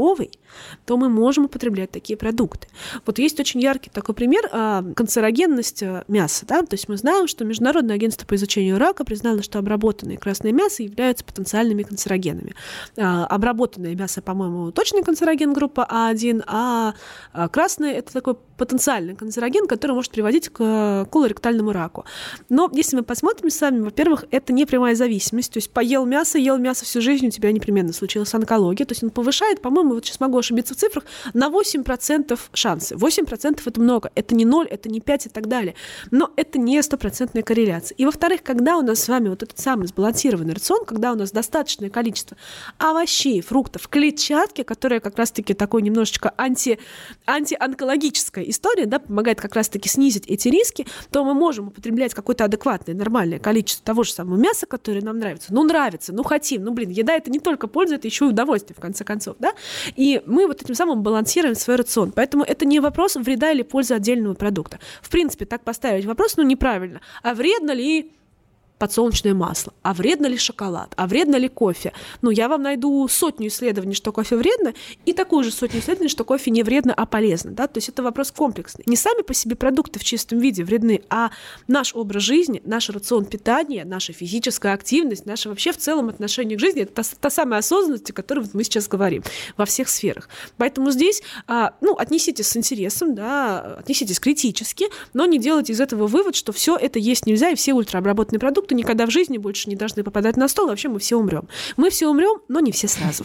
то мы можем употреблять такие продукты. Вот есть очень яркий такой пример канцерогенность мяса. Да? То есть мы знаем, что Международное агентство по изучению рака признало, что обработанное красное мясо являются потенциальными канцерогенами. Обработанное мясо, по-моему, точно канцероген группа А1, а красное — это такой потенциальный канцероген, который может приводить к колоректальному раку. Но если мы посмотрим с вами, во-первых, это не прямая зависимость. То есть ел мясо всю жизнь, у тебя непременно случилась онкология. То есть он повышает, по-моему, вот сейчас могу ошибиться в цифрах, на 8% шансы. 8% это много. Это не 0, это не 5 и так далее. Но это не стопроцентная корреляция. И, во-вторых, когда у нас с вами вот этот самый сбалансированный рацион, когда у нас достаточное количество овощей, фруктов, клетчатки, которая как раз-таки такой немножечко антионкологическая история, да, помогает как раз-таки снизить эти риски, то мы можем употреблять какое-то адекватное, нормальное количество того же самого мяса, которое нам нравится. Хотим. Еда — это не только польза, это еще и удовольствие, в конце концов, да? И мы вот этим самым балансируем свой рацион. Поэтому это не вопрос вреда или пользы отдельного продукта. В принципе, так поставить вопрос, неправильно. А вредно ли подсолнечное масло? А вредно ли шоколад? А вредно ли кофе? Я вам найду 100 исследований, что кофе вредно, и такую же 100 исследований, что кофе не вредно, а полезно. Да? То есть это вопрос комплексный. Не сами по себе продукты в чистом виде вредны, а наш образ жизни, наш рацион питания, наша физическая активность, наше вообще в целом отношение к жизни — это та самая осознанность, о которой мы сейчас говорим во всех сферах. Поэтому здесь отнеситесь с интересом, да, отнеситесь критически, но не делайте из этого вывод, что все это есть нельзя, и все ультраобработанные продукты никогда в жизни больше не должны попадать на стол, вообще мы все умрем. Мы все умрем, но не все сразу.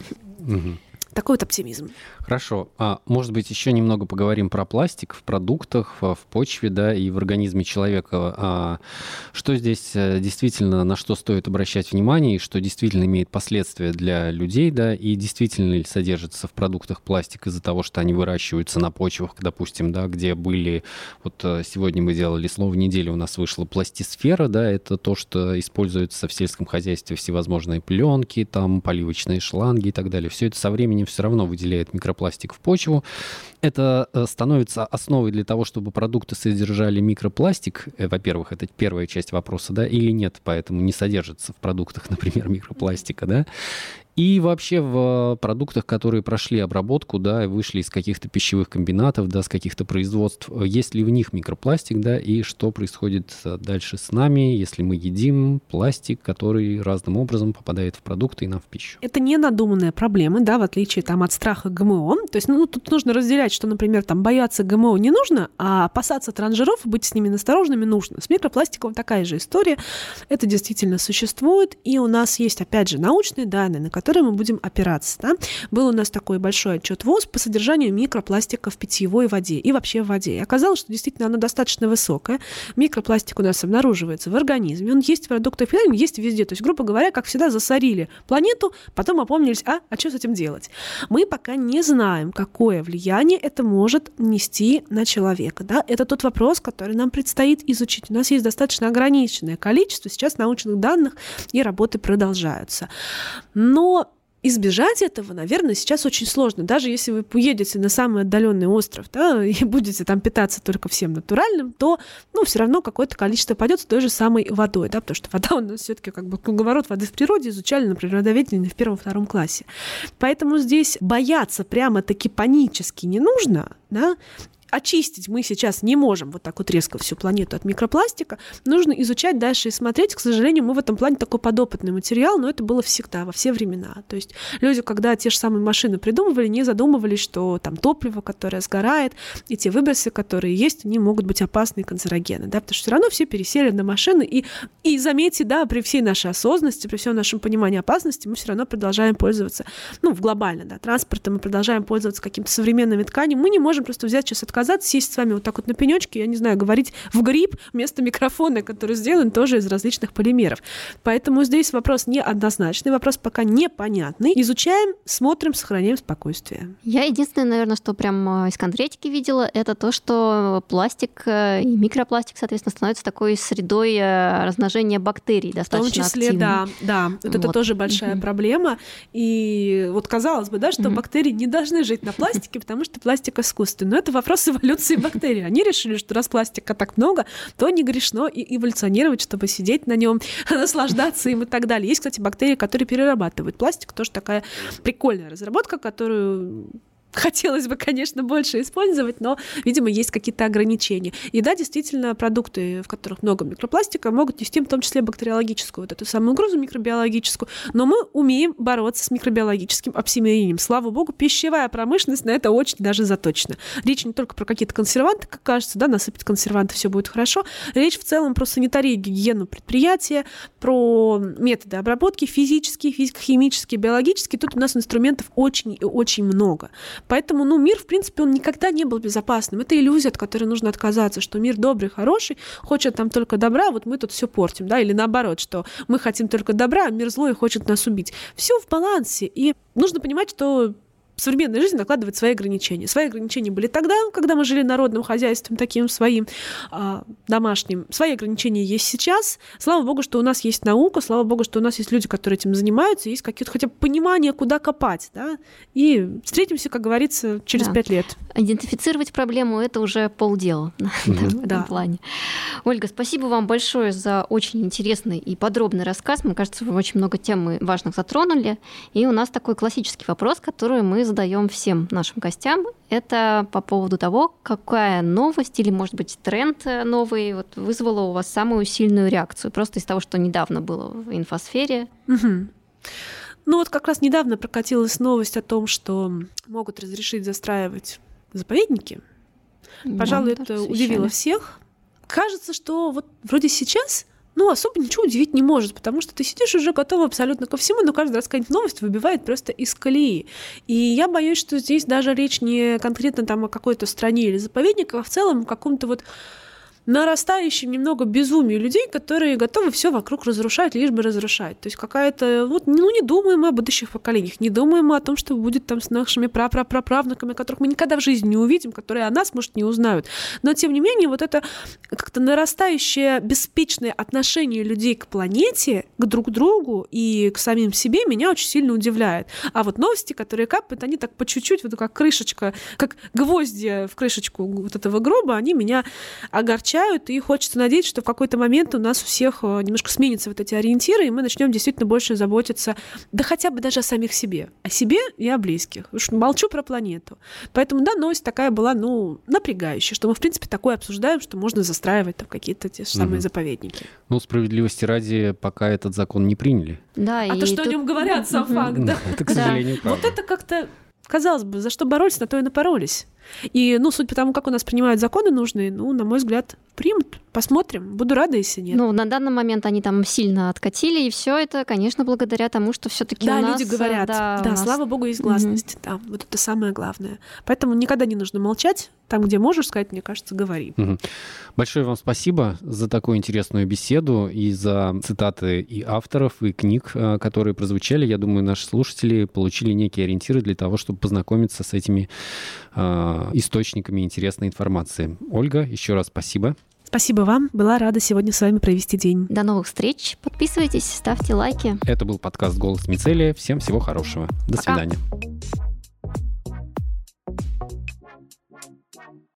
Такой вот оптимизм. Хорошо. Может быть, еще немного поговорим про пластик в продуктах, в почве, да, и в организме человека. Что здесь действительно, на что стоит обращать внимание, и что действительно имеет последствия для людей, да, и действительно ли содержится в продуктах пластик из-за того, что они выращиваются на почвах, допустим, да, где были... Вот сегодня мы делали слово недели, у нас вышла пластисфера, да, это то, что используется в сельском хозяйстве, всевозможные пленки, там, поливочные шланги и так далее. Все это со временем все равно выделяет микропластик в почву. Это становится основой для того, чтобы продукты содержали микропластик. Во-первых, это первая часть вопроса, да, или нет, поэтому не содержится в продуктах, например, микропластика, да. И вообще в продуктах, которые прошли обработку, да, и вышли из каких-то пищевых комбинатов, да, с каких-то производств, есть ли в них микропластик, да, и что происходит дальше с нами, если мы едим пластик, который разным образом попадает в продукты и нам в пищу. Это не надуманная проблема, да, в отличие от страха ГМО. То есть, тут нужно разделять, что, например, бояться ГМО не нужно, а опасаться трансжиров и быть с ними осторожными нужно. С микропластиком такая же история. Это действительно существует, и у нас есть, опять же, научные данные, на которые мы будем опираться. Да? Был у нас такой большой отчет ВОЗ по содержанию микропластика в питьевой воде и вообще в воде. И оказалось, что действительно оно достаточно высокое. Микропластик у нас обнаруживается в организме, он есть в продуктах питания, есть везде. То есть, грубо говоря, как всегда, засорили планету, потом опомнились, а что с этим делать? Мы пока не знаем, какое влияние это может нести на человека. Да? Это тот вопрос, который нам предстоит изучить. У нас есть достаточно ограниченное количество сейчас научных данных, и работы продолжаются. Но избежать этого, наверное, сейчас очень сложно. Даже если вы поедете на самый отдаленный остров, да, и будете там питаться только всем натуральным, то все равно какое-то количество пойдет с той же самой водой, да, потому что вода у нас все-таки круговорот воды в природе изучали на природоведении в 1-2 классе. Поэтому здесь бояться прямо-таки панически не нужно, да. Очистить мы сейчас не можем вот так вот резко всю планету от микропластика. Нужно изучать дальше и смотреть. К сожалению, мы в этом плане такой подопытный материал, но это было всегда, во все времена. То есть люди, когда те же самые машины придумывали, не задумывались, что там топливо, которое сгорает, и те выбросы, которые есть, они могут быть опасны и канцерогены. Да? Потому что все равно все пересели на машины. И заметьте, да, при всей нашей осознанности, при всем нашем понимании опасности, мы все равно продолжаем пользоваться, в глобально, да, транспортом, мы продолжаем пользоваться какими-то современными тканями. Мы не можем просто взять сейчас отказаться, сесть с вами вот так вот на пенечке, я не знаю, говорить в гриб вместо микрофона, который сделан тоже из различных полимеров. Поэтому здесь вопрос неоднозначный, вопрос пока непонятный. Изучаем, смотрим, сохраняем спокойствие. Я единственное, наверное, что прям из конкретики видела, это то, что пластик и микропластик, соответственно, становятся такой средой размножения бактерий достаточно активной. В том числе, да. Вот это тоже большая проблема. И вот казалось бы, да, что бактерии не должны жить на пластике, потому что пластик искусственный. Но это вопрос эволюции бактерий. Они решили, что раз пластика так много, то не грешно и эволюционировать, чтобы сидеть на нем, наслаждаться им и так далее. Есть, кстати, бактерии, которые перерабатывают пластик. Тоже такая прикольная разработка, которую хотелось бы, конечно, больше использовать, но, видимо, есть какие-то ограничения. И да, действительно, продукты, в которых много микропластика, могут нести в том числе бактериологическую вот эту самую угрозу микробиологическую, но мы умеем бороться с микробиологическим обсеменением. Слава богу, пищевая промышленность на это очень даже заточена. Речь не только про какие-то консерванты, как кажется, да, насыпать консерванты, все будет хорошо. Речь в целом про санитарию, гигиену предприятия, про методы обработки физические, физико-химические, биологические. Тут у нас инструментов очень и очень много. Поэтому, мир, в принципе, он никогда не был безопасным. Это иллюзия, от которой нужно отказаться, что мир добрый, хороший, хочет там только добра, вот мы тут все портим, да, или наоборот, что мы хотим только добра, а мир злой и хочет нас убить. Все в балансе. И нужно понимать, что современная жизнь накладывает свои ограничения. Свои ограничения были тогда, когда мы жили народным хозяйством, таким своим домашним. Свои ограничения есть сейчас. Слава богу, что у нас есть наука, слава богу, что у нас есть люди, которые этим занимаются, есть какие-то хотя бы понимание, куда копать. Да? И встретимся, как говорится, через 5 лет. Идентифицировать проблему — это уже полдела в этом плане. Ольга, спасибо вам большое за очень интересный и подробный рассказ. Мне кажется, вы очень много тем важных затронули. И у нас такой классический вопрос, который мы задаем всем нашим гостям. Это по поводу того, какая новость или, может быть, тренд новый вызвала у вас самую сильную реакцию, просто из того, что недавно было в инфосфере. Как раз недавно прокатилась новость о том, что могут разрешить застраивать заповедники. Пожалуй, это удивило всех. Кажется, что вроде сейчас особо ничего удивить не может, потому что ты сидишь уже готова абсолютно ко всему, но каждый раз какая-нибудь новость выбивает просто из колеи. И я боюсь, что здесь даже речь не конкретно там о какой-то стране или заповеднике, а в целом о каком-то нарастающем немного безумию людей, которые готовы все вокруг разрушать, лишь бы разрушать. То есть какая-то не думаем мы о будущих поколениях, не думаем мы о том, что будет там с нашими праправнуками, которых мы никогда в жизни не увидим, которые о нас, может, не узнают. Но, тем не менее, это как-то нарастающее беспечное отношение людей к планете, к друг другу и к самим себе меня очень сильно удивляет. А новости, которые капают, они так по чуть-чуть, как крышечка, как гвозди в крышечку этого гроба, они меня огорчают. И хочется надеяться, что в какой-то момент у нас у всех немножко сменятся эти ориентиры, и мы начнем действительно больше заботиться, да хотя бы даже о самих себе. О себе и о близких. Уж молчу про планету. Поэтому, да, новость такая была, напрягающая, что мы, в принципе, такое обсуждаем, что можно застраивать там какие-то те же самые заповедники. Справедливости ради, пока этот закон не приняли. Да, а то, что о нем говорят, сам факт, да. Это, к сожалению, правда. Это как-то, казалось бы, за что боролись, на то и напоролись. И, судя по тому, как у нас принимают законы нужные, на мой взгляд, примут. Посмотрим. Буду рада, если нет. На данный момент они там сильно откатили, и все это, конечно, благодаря тому, что все-таки у нас... Да, люди говорят. Да, слава богу, есть гласность. Да, это самое главное. Поэтому никогда не нужно молчать. Там, где можешь сказать, мне кажется, говори. Большое вам спасибо за такую интересную беседу и за цитаты и авторов, и книг, которые прозвучали. Я думаю, наши слушатели получили некие ориентиры для того, чтобы познакомиться с этими источниками интересной информации. Ольга, еще раз спасибо. Спасибо вам. Была рада сегодня с вами провести день. До новых встреч. Подписывайтесь, ставьте лайки. Это был подкаст «Голос Мицелия». Всем всего хорошего. До свидания.